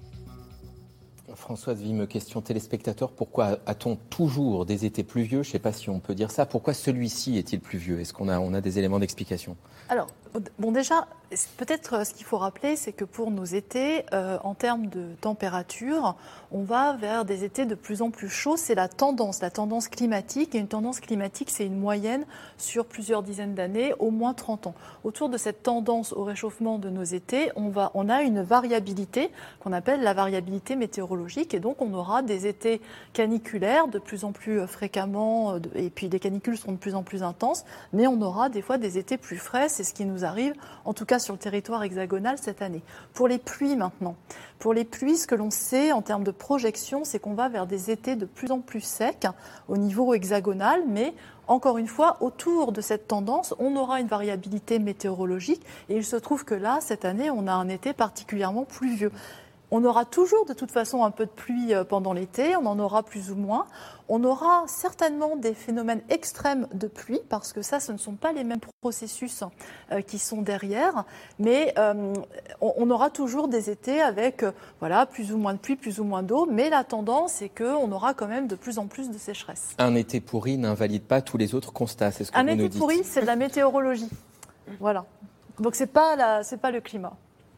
Speaker 2: Françoise Vimeux, question téléspectateur. Pourquoi a-t-on toujours des étés pluvieux ? Je ne sais pas si on peut dire ça. Pourquoi celui-ci est-il pluvieux ? Est-ce qu'on a des éléments d'explication ?
Speaker 4: Alors, bon, déjà, peut-être ce qu'il faut rappeler, c'est que pour nos étés, en termes de température, on va vers des étés de plus en plus chauds. C'est la tendance climatique. Et une tendance climatique, c'est une moyenne sur plusieurs dizaines d'années, au moins 30 ans. Autour de cette tendance au réchauffement de nos étés, on a une variabilité qu'on appelle la variabilité météorologique. Et donc, on aura des étés caniculaires de plus en plus fréquemment, et puis les canicules seront de plus en plus intenses, mais on aura des fois des étés plus frais. C'est ce qui nous arrive, en tout cas sur le territoire hexagonal cette année. Pour les pluies maintenant, ce que l'on sait en termes de projection, c'est qu'on va vers des étés de plus en plus secs au niveau hexagonal, mais encore une fois, autour de cette tendance, on aura une variabilité météorologique et il se trouve que là, cette année, on a un été particulièrement pluvieux. On aura toujours de toute façon un peu de pluie pendant l'été, on en aura plus ou moins. On aura certainement des phénomènes extrêmes de pluie, parce que ça, ce ne sont pas les mêmes processus qui sont derrière, mais on aura toujours des étés avec plus ou moins de pluie, plus ou moins d'eau, mais la tendance, c'est qu'on aura quand même de plus en plus de sécheresse.
Speaker 2: Un été pourri n'invalide pas tous les autres constats, c'est ce que vous nous dites.
Speaker 4: Un été pourri, c'est de la météorologie. Voilà. Donc c'est pas le climat.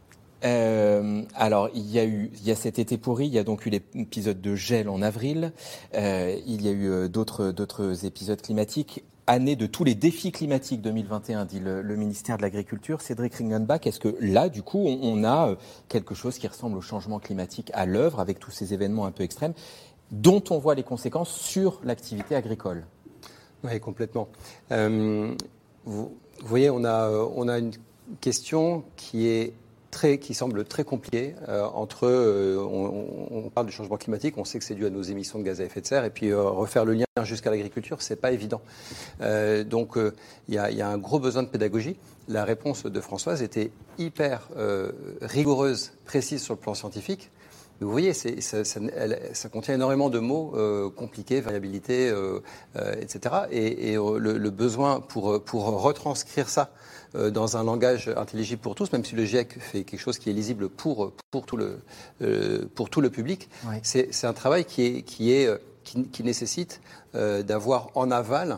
Speaker 2: Alors, il y a cet été pourri, il y a donc eu l'épisode de gel en avril, il y a eu d'autres épisodes climatiques. Année de tous les défis climatiques 2021, dit le ministère de l'Agriculture. Cédric Ringenbach, est-ce que là, du coup, on a quelque chose qui ressemble au changement climatique à l'œuvre, avec tous ces événements un peu extrêmes, dont on voit les conséquences sur l'activité agricole ?
Speaker 6: Oui, complètement. Vous voyez, on a une question qui est qui semble très compliqué entre, on parle du changement climatique, on sait que c'est dû à nos émissions de gaz à effet de serre, et puis refaire le lien jusqu'à l'agriculture, c'est pas évident. Donc il y a un gros besoin de pédagogie. La réponse de Françoise était hyper rigoureuse, précise sur le plan scientifique. Vous voyez, ça contient énormément de mots compliqués, variabilité, etc. Et le besoin pour retranscrire ça dans un langage intelligible pour tous, même si le GIEC fait quelque chose qui est lisible pour tout le public, oui. C'est un travail qui nécessite d'avoir en aval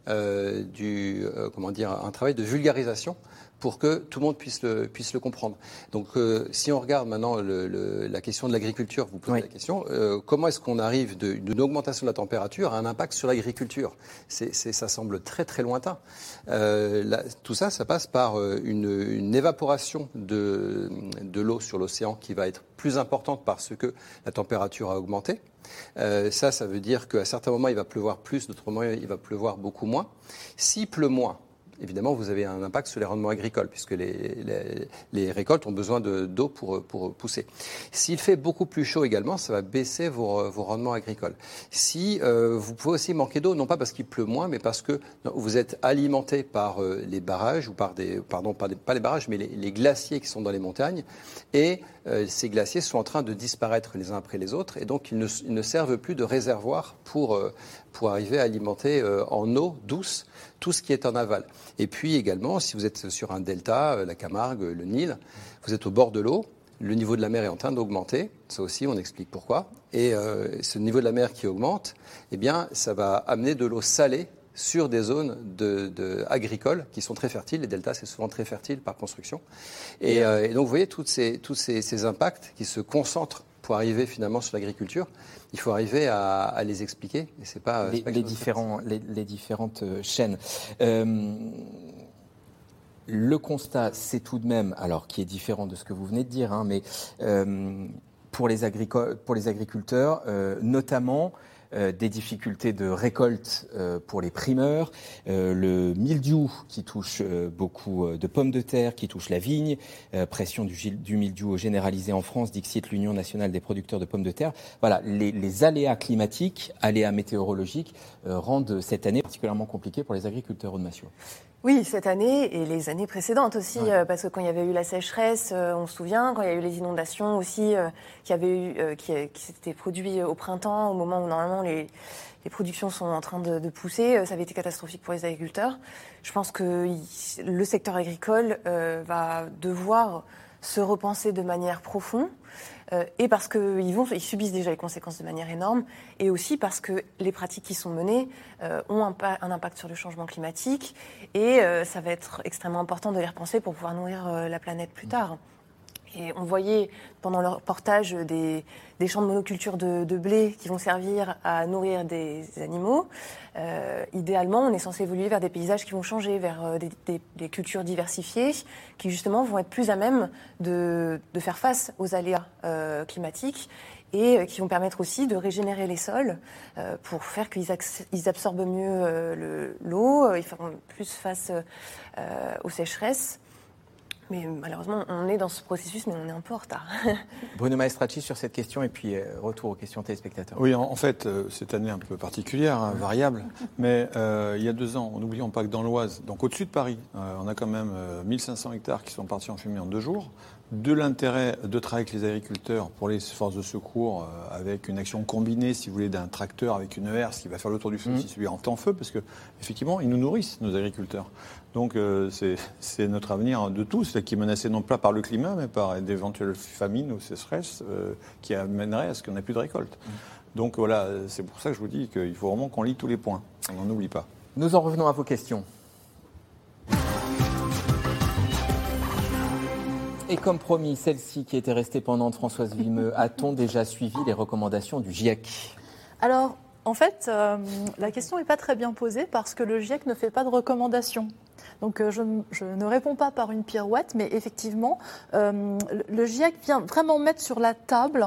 Speaker 6: un travail de vulgarisation pour que tout le monde puisse le comprendre. Donc, si on regarde maintenant la question de l'agriculture, vous posez oui. la question, comment est-ce qu'on arrive d'une augmentation de la température à un impact sur l'agriculture ? Ça semble très très lointain. Tout ça passe par une évaporation de l'eau sur l'océan qui va être plus importante parce que la température a augmenté. Ça veut dire qu'à certains moments, il va pleuvoir plus, d'autres moments, il va pleuvoir beaucoup moins. S'il pleut moins, évidemment, vous avez un impact sur les rendements agricoles, puisque les récoltes ont besoin d'eau pour pousser. S'il fait beaucoup plus chaud également, ça va baisser vos rendements agricoles. Si vous pouvez aussi manquer d'eau, non pas parce qu'il pleut moins, mais parce que vous êtes alimenté par les barrages, ou pas les barrages, mais les glaciers qui sont dans les montagnes, et ces glaciers sont en train de disparaître les uns après les autres, et donc ils ne servent plus de réservoir pour arriver à alimenter en eau douce tout ce qui est en aval. Et puis également, si vous êtes sur un delta, la Camargue, le Nil, vous êtes au bord de l'eau, le niveau de la mer est en train d'augmenter, ça aussi on explique pourquoi, et ce niveau de la mer qui augmente, eh bien ça va amener de l'eau salée sur des zones agricoles qui sont très fertiles. Les deltas, c'est souvent très fertile par construction. Et donc vous voyez tous ces impacts qui se concentrent pour arriver finalement sur l'agriculture. Il faut arriver à les expliquer. Et c'est pas
Speaker 2: les différentes chaînes. Le constat, c'est tout de même, alors qui est différent de ce que vous venez de dire, hein, mais pour les agriculteurs, notamment des difficultés de récolte pour les primeurs, le mildiou qui touche beaucoup de pommes de terre, qui touche la vigne, pression du mildiou généralisé en France, dixit l'Union nationale des producteurs de pommes de terre. Voilà, les aléas climatiques, aléas météorologiques rendent cette année particulièrement compliquée pour les agriculteurs, Aude Massiot.
Speaker 5: Oui, cette année et les années précédentes aussi, ouais. Parce que quand il y avait eu la sécheresse, on se souvient, quand il y a eu les inondations aussi, qui s'étaient produites au printemps, au moment où normalement les productions sont en train de pousser, ça avait été catastrophique pour les agriculteurs. Je pense que le secteur agricole va devoir se repenser de manière profonde. Et parce qu'ils subissent déjà les conséquences de manière énorme, et aussi parce que les pratiques qui sont menées ont un impact sur le changement climatique, et ça va être extrêmement important de les repenser pour pouvoir nourrir la planète plus tard. Et on voyait pendant le reportage des champs de monoculture de blé qui vont servir à nourrir des animaux. Idéalement, on est censé évoluer vers des paysages qui vont changer, vers des cultures diversifiées qui justement vont être plus à même de faire face aux aléas climatiques et qui vont permettre aussi de régénérer les sols pour faire qu'ils absorbent mieux l'eau, ils feront plus face aux sécheresses. Mais malheureusement, on est dans ce processus, mais on est un peu en retard.
Speaker 2: Bruno Maestracci sur cette question, et puis retour aux questions téléspectateurs.
Speaker 3: Oui, en fait, cette année un peu particulière, hein, variable, mais il y a 2 ans, n'oublions pas que dans l'Oise, donc au-dessus de Paris, on a quand même 1500 hectares qui sont partis en fumée en 2 jours. De l'intérêt de travailler avec les agriculteurs pour les forces de secours, avec une action combinée, si vous voulez, d'un tracteur avec une herse qui va faire le tour du feu si celui en temps feu, parce qu'effectivement, ils nous nourrissent, nos agriculteurs. Donc c'est notre avenir de tous, là, qui est menacé non pas par le climat, mais par d'éventuelles famines ou sécheresses qui amèneraient à ce qu'on n'ait plus de récolte. Donc voilà, c'est pour ça que je vous dis qu'il faut vraiment qu'on lit tous les points, on n'en oublie pas.
Speaker 2: Nous en revenons à vos questions. Et comme promis, celle-ci qui était restée pendante, Françoise Vimeux, a-t-on déjà suivi les recommandations du GIEC ?
Speaker 4: Alors, en fait, la question n'est pas très bien posée parce que le GIEC ne fait pas de recommandations. Donc je ne réponds pas par une pirouette, mais effectivement, le GIEC vient vraiment mettre sur la table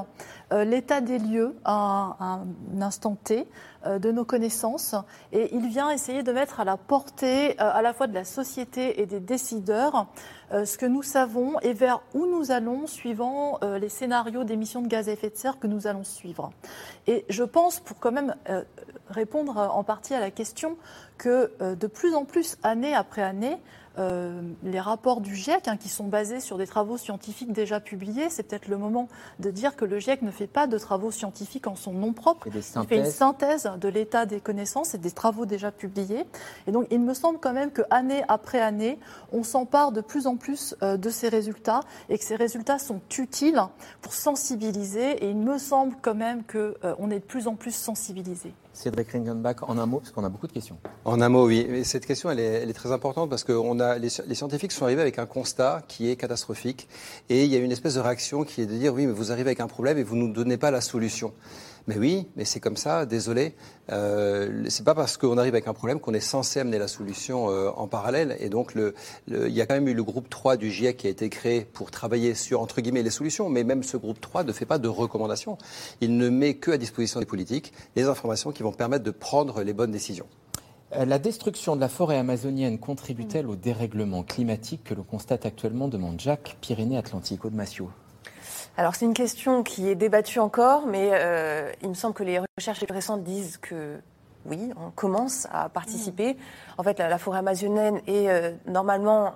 Speaker 4: l'état des lieux à un instant T de nos connaissances, et il vient essayer de mettre à la portée à la fois de la société et des décideurs ce que nous savons et vers où nous allons suivant les scénarios d'émissions de gaz à effet de serre que nous allons suivre. Et je pense, pour quand même répondre en partie à la question, que de plus en plus, année après année, les rapports du GIEC, qui sont basés sur des travaux scientifiques déjà publiés, c'est peut-être le moment de dire que le GIEC ne fait pas de travaux scientifiques en son nom propre. Il fait une synthèse de l'état des connaissances et des travaux déjà publiés. Et donc, il me semble quand même qu'année après année, on s'empare de plus en plus de ces résultats et que ces résultats sont utiles pour sensibiliser. Et il me semble quand même qu'on est de plus en plus sensibilisé.
Speaker 2: Cédric Ringenbach, en un mot, parce qu'on a beaucoup de questions.
Speaker 6: En un mot, oui. Mais cette question, elle est très importante parce que les scientifiques sont arrivés avec un constat qui est catastrophique. Et il y a une espèce de réaction qui est de dire, oui, mais vous arrivez avec un problème et vous ne nous donnez pas la solution. Mais oui, mais c'est comme ça, désolé. C'est pas parce qu'on arrive avec un problème qu'on est censé amener la solution en parallèle. Et donc, il y a quand même eu le groupe 3 du GIEC qui a été créé pour travailler sur, entre guillemets, les solutions. Mais même ce groupe 3 ne fait pas de recommandations. Il ne met que à disposition des politiques les informations qui vont permettre de prendre les bonnes décisions.
Speaker 2: La destruction de la forêt amazonienne contribue-t-elle au dérèglement climatique que l'on constate actuellement, demande Jacques, Pyrénées-Atlantiques. Aude Massiot.
Speaker 5: Alors c'est une question qui est débattue encore, mais il me semble que les recherches les plus récentes disent que oui, on commence à participer. En fait, la forêt amazonienne est normalement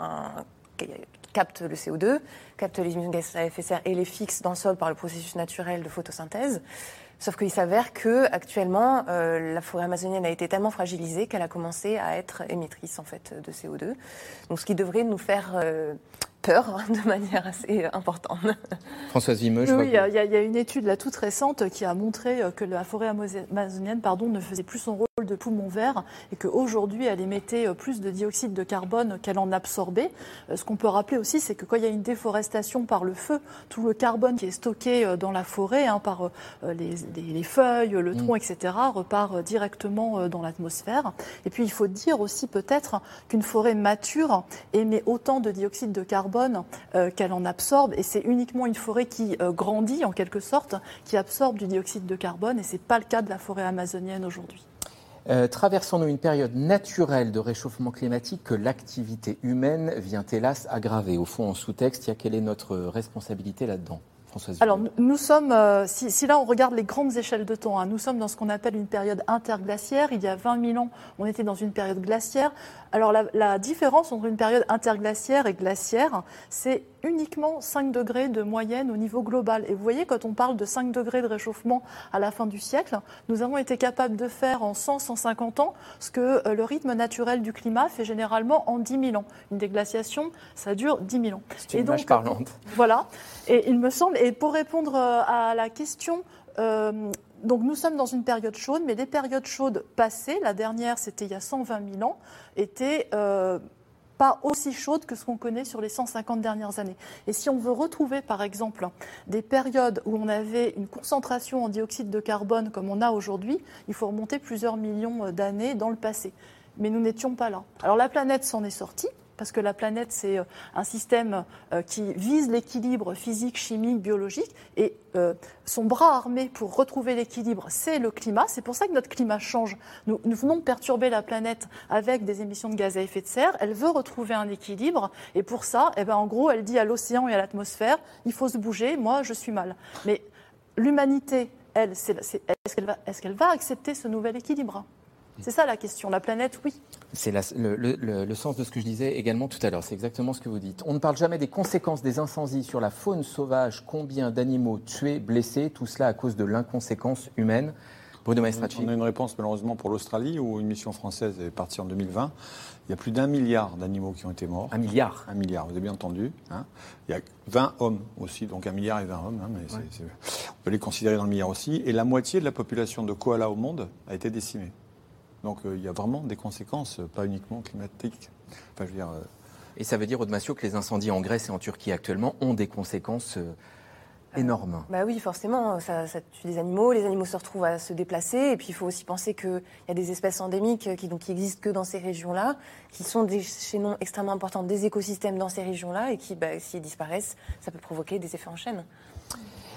Speaker 5: capte le CO2, capte les émissions de gaz à effet de serre et les fixe dans le sol par le processus naturel de photosynthèse. Sauf qu'il s'avère qu'actuellement, la forêt amazonienne a été tellement fragilisée qu'elle a commencé à être émettrice en fait, de CO2. Donc ce qui devrait nous faire peur de manière assez importante.
Speaker 2: Françoise Vimeux,
Speaker 4: oui, il y a une étude là, toute récente qui a montré que la forêt amazonienne ne faisait plus son rôle de poumon vert et qu'aujourd'hui elle émettait plus de dioxyde de carbone qu'elle en absorbait. Ce qu'on peut rappeler aussi, c'est que quand il y a une déforestation par le feu, tout le carbone qui est stocké dans la forêt, par les feuilles, le tronc, etc., repart directement dans l'atmosphère. Et puis il faut dire aussi peut-être qu'une forêt mature émet autant de dioxyde de carbone qu'elle en absorbe, et c'est uniquement une forêt qui grandit en quelque sorte, qui absorbe du dioxyde de carbone, et ce n'est pas le cas de la forêt amazonienne aujourd'hui.
Speaker 2: Traversons-nous une période naturelle de réchauffement climatique que l'activité humaine vient hélas aggraver? Au fond, en sous-texte, quelle est notre responsabilité là-dedans?
Speaker 4: Alors, nous sommes, si là on regarde les grandes échelles de temps, nous sommes dans ce qu'on appelle une période interglaciaire. Il y a 20 000 ans, on était dans une période glaciaire. Alors, la différence entre une période interglaciaire et glaciaire, c'est uniquement 5 degrés de moyenne au niveau global. Et vous voyez, quand on parle de 5 degrés de réchauffement à la fin du siècle, nous avons été capables de faire en 100-150 ans ce que le rythme naturel du climat fait généralement en 10 000 ans. Une déglaciation, ça dure 10 000 ans.
Speaker 2: C'est une image parlante.
Speaker 4: Voilà. Et il me semble, et pour répondre à la question, donc nous sommes dans une période chaude, mais les périodes chaudes passées, la dernière c'était il y a 120 000 ans, étaient pas aussi chaudes que ce qu'on connaît sur les 150 dernières années. Et si on veut retrouver par exemple des périodes où on avait une concentration en dioxyde de carbone comme on a aujourd'hui, il faut remonter plusieurs millions d'années dans le passé. Mais nous n'étions pas là. Alors la planète s'en est sortie, parce que la planète, c'est un système qui vise l'équilibre physique, chimique, biologique, et son bras armé pour retrouver l'équilibre, c'est le climat. C'est pour ça que notre climat change. Nous venons de perturber la planète avec des émissions de gaz à effet de serre. Elle veut retrouver un équilibre, et pour ça, en gros, elle dit à l'océan et à l'atmosphère, il faut se bouger, moi, je suis mal. Mais l'humanité, elle, est-ce qu'elle va accepter ce nouvel équilibre ? C'est ça la question. La planète, oui.
Speaker 2: C'est le sens de ce que je disais également tout à l'heure. C'est exactement ce que vous dites. On ne parle jamais des conséquences des incendies sur la faune sauvage. Combien d'animaux tués, blessés, tout cela à cause de l'inconséquence humaine. Bruno Maestracci.
Speaker 3: On a une réponse malheureusement pour l'Australie, où une mission française est partie en 2020. Il y a plus d'1 milliard d'animaux qui ont été morts.
Speaker 2: 1 milliard.
Speaker 3: 1 milliard, vous avez bien entendu. Il y a 20 hommes aussi, donc 1 milliard et 20 hommes. Mais on peut les considérer dans le milliard aussi. Et la moitié de la population de koalas au monde a été décimée. Donc il y a vraiment des conséquences, pas uniquement climatiques. Enfin, je veux dire,
Speaker 2: Et ça veut dire, Aude Massiot, que les incendies en Grèce et en Turquie actuellement ont des conséquences énormes.
Speaker 5: Bah oui, forcément, ça tue des animaux, les animaux se retrouvent à se déplacer, et puis il faut aussi penser qu'il y a des espèces endémiques qui existent que dans ces régions-là, qui sont des chaînons extrêmement importants des écosystèmes dans ces régions-là, et qui, s'ils disparaissent, ça peut provoquer des effets en chaîne.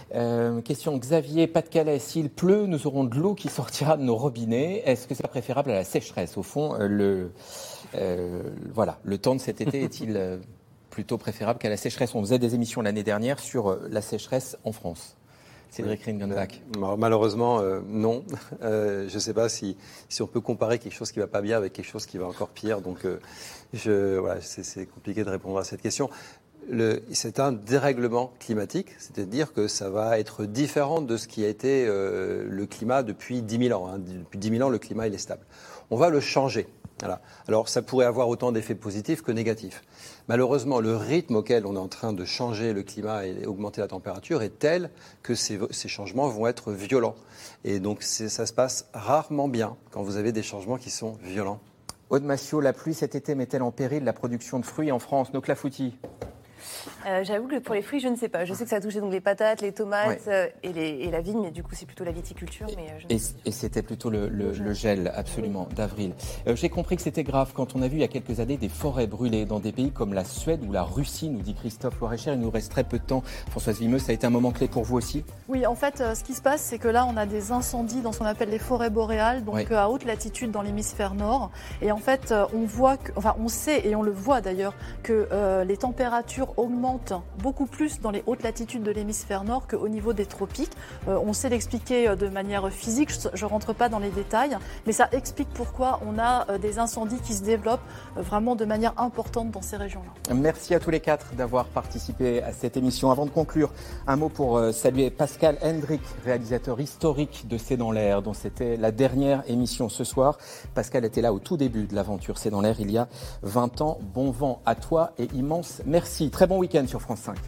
Speaker 2: Question Xavier, Pas-de-Calais. S'il pleut, nous aurons de l'eau qui sortira de nos robinets. Est-ce que c'est préférable à la sécheresse ? Au fond, le temps de cet été est-il plutôt préférable qu'à la sécheresse ? On faisait des émissions l'année dernière sur la sécheresse en France. Cédric Ringenbach.
Speaker 6: Malheureusement, non. Je ne sais pas si on peut comparer quelque chose qui ne va pas bien avec quelque chose qui va encore pire. Donc, c'est compliqué de répondre à cette question. C'est un dérèglement climatique, c'est-à-dire que ça va être différent de ce qui a été le climat depuis 10 000 ans. Depuis 10 000 ans, le climat il est stable. On va le changer. Voilà. Alors, ça pourrait avoir autant d'effets positifs que négatifs. Malheureusement, le rythme auquel on est en train de changer le climat et augmenter la température est tel que ces changements vont être violents. Et donc, ça se passe rarement bien quand vous avez des changements qui sont violents.
Speaker 2: Aude Massiot, la pluie cet été met-elle en péril la production de fruits en France ? Nos clafoutis.
Speaker 5: J'avoue que pour les fruits, je ne sais pas. Je sais que ça a touché donc les patates, les tomates et la vigne, mais du coup, c'est plutôt la viticulture. Et
Speaker 2: c'était plutôt le gel, absolument, d'avril. J'ai compris que c'était grave quand on a vu il y a quelques années des forêts brûlées dans des pays comme la Suède ou la Russie, nous dit Christophe Loirecher. Il nous reste très peu de temps. Françoise Vimeux, ça a été un moment clé pour vous aussi ?
Speaker 4: Oui, en fait, ce qui se passe, c'est que là, on a des incendies dans ce qu'on appelle les forêts boréales, donc à haute latitude dans l'hémisphère nord. Et en fait, on sait, et on le voit d'ailleurs, que les températures augmentent beaucoup plus dans les hautes latitudes de l'hémisphère nord qu'au niveau des tropiques. On sait l'expliquer de manière physique, je ne rentre pas dans les détails, mais ça explique pourquoi on a des incendies qui se développent vraiment de manière importante dans ces régions-là.
Speaker 2: Merci à tous les quatre d'avoir participé à cette émission. Avant de conclure, un mot pour saluer Pascal Hendrick, réalisateur historique de C'est dans l'air, dont c'était la dernière émission ce soir. Pascal était là au tout début de l'aventure C'est dans l'air, il y a 20 ans. Bon vent à toi et immense merci. Très bon week-end sur France 5.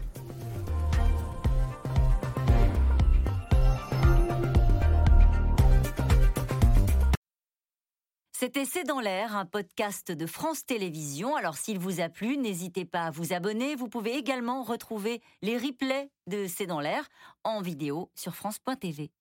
Speaker 1: C'était C'est dans l'air, un podcast de France Télévisions. Alors s'il vous a plu, n'hésitez pas à vous abonner. Vous pouvez également retrouver les replays de C'est dans l'air en vidéo sur France.tv.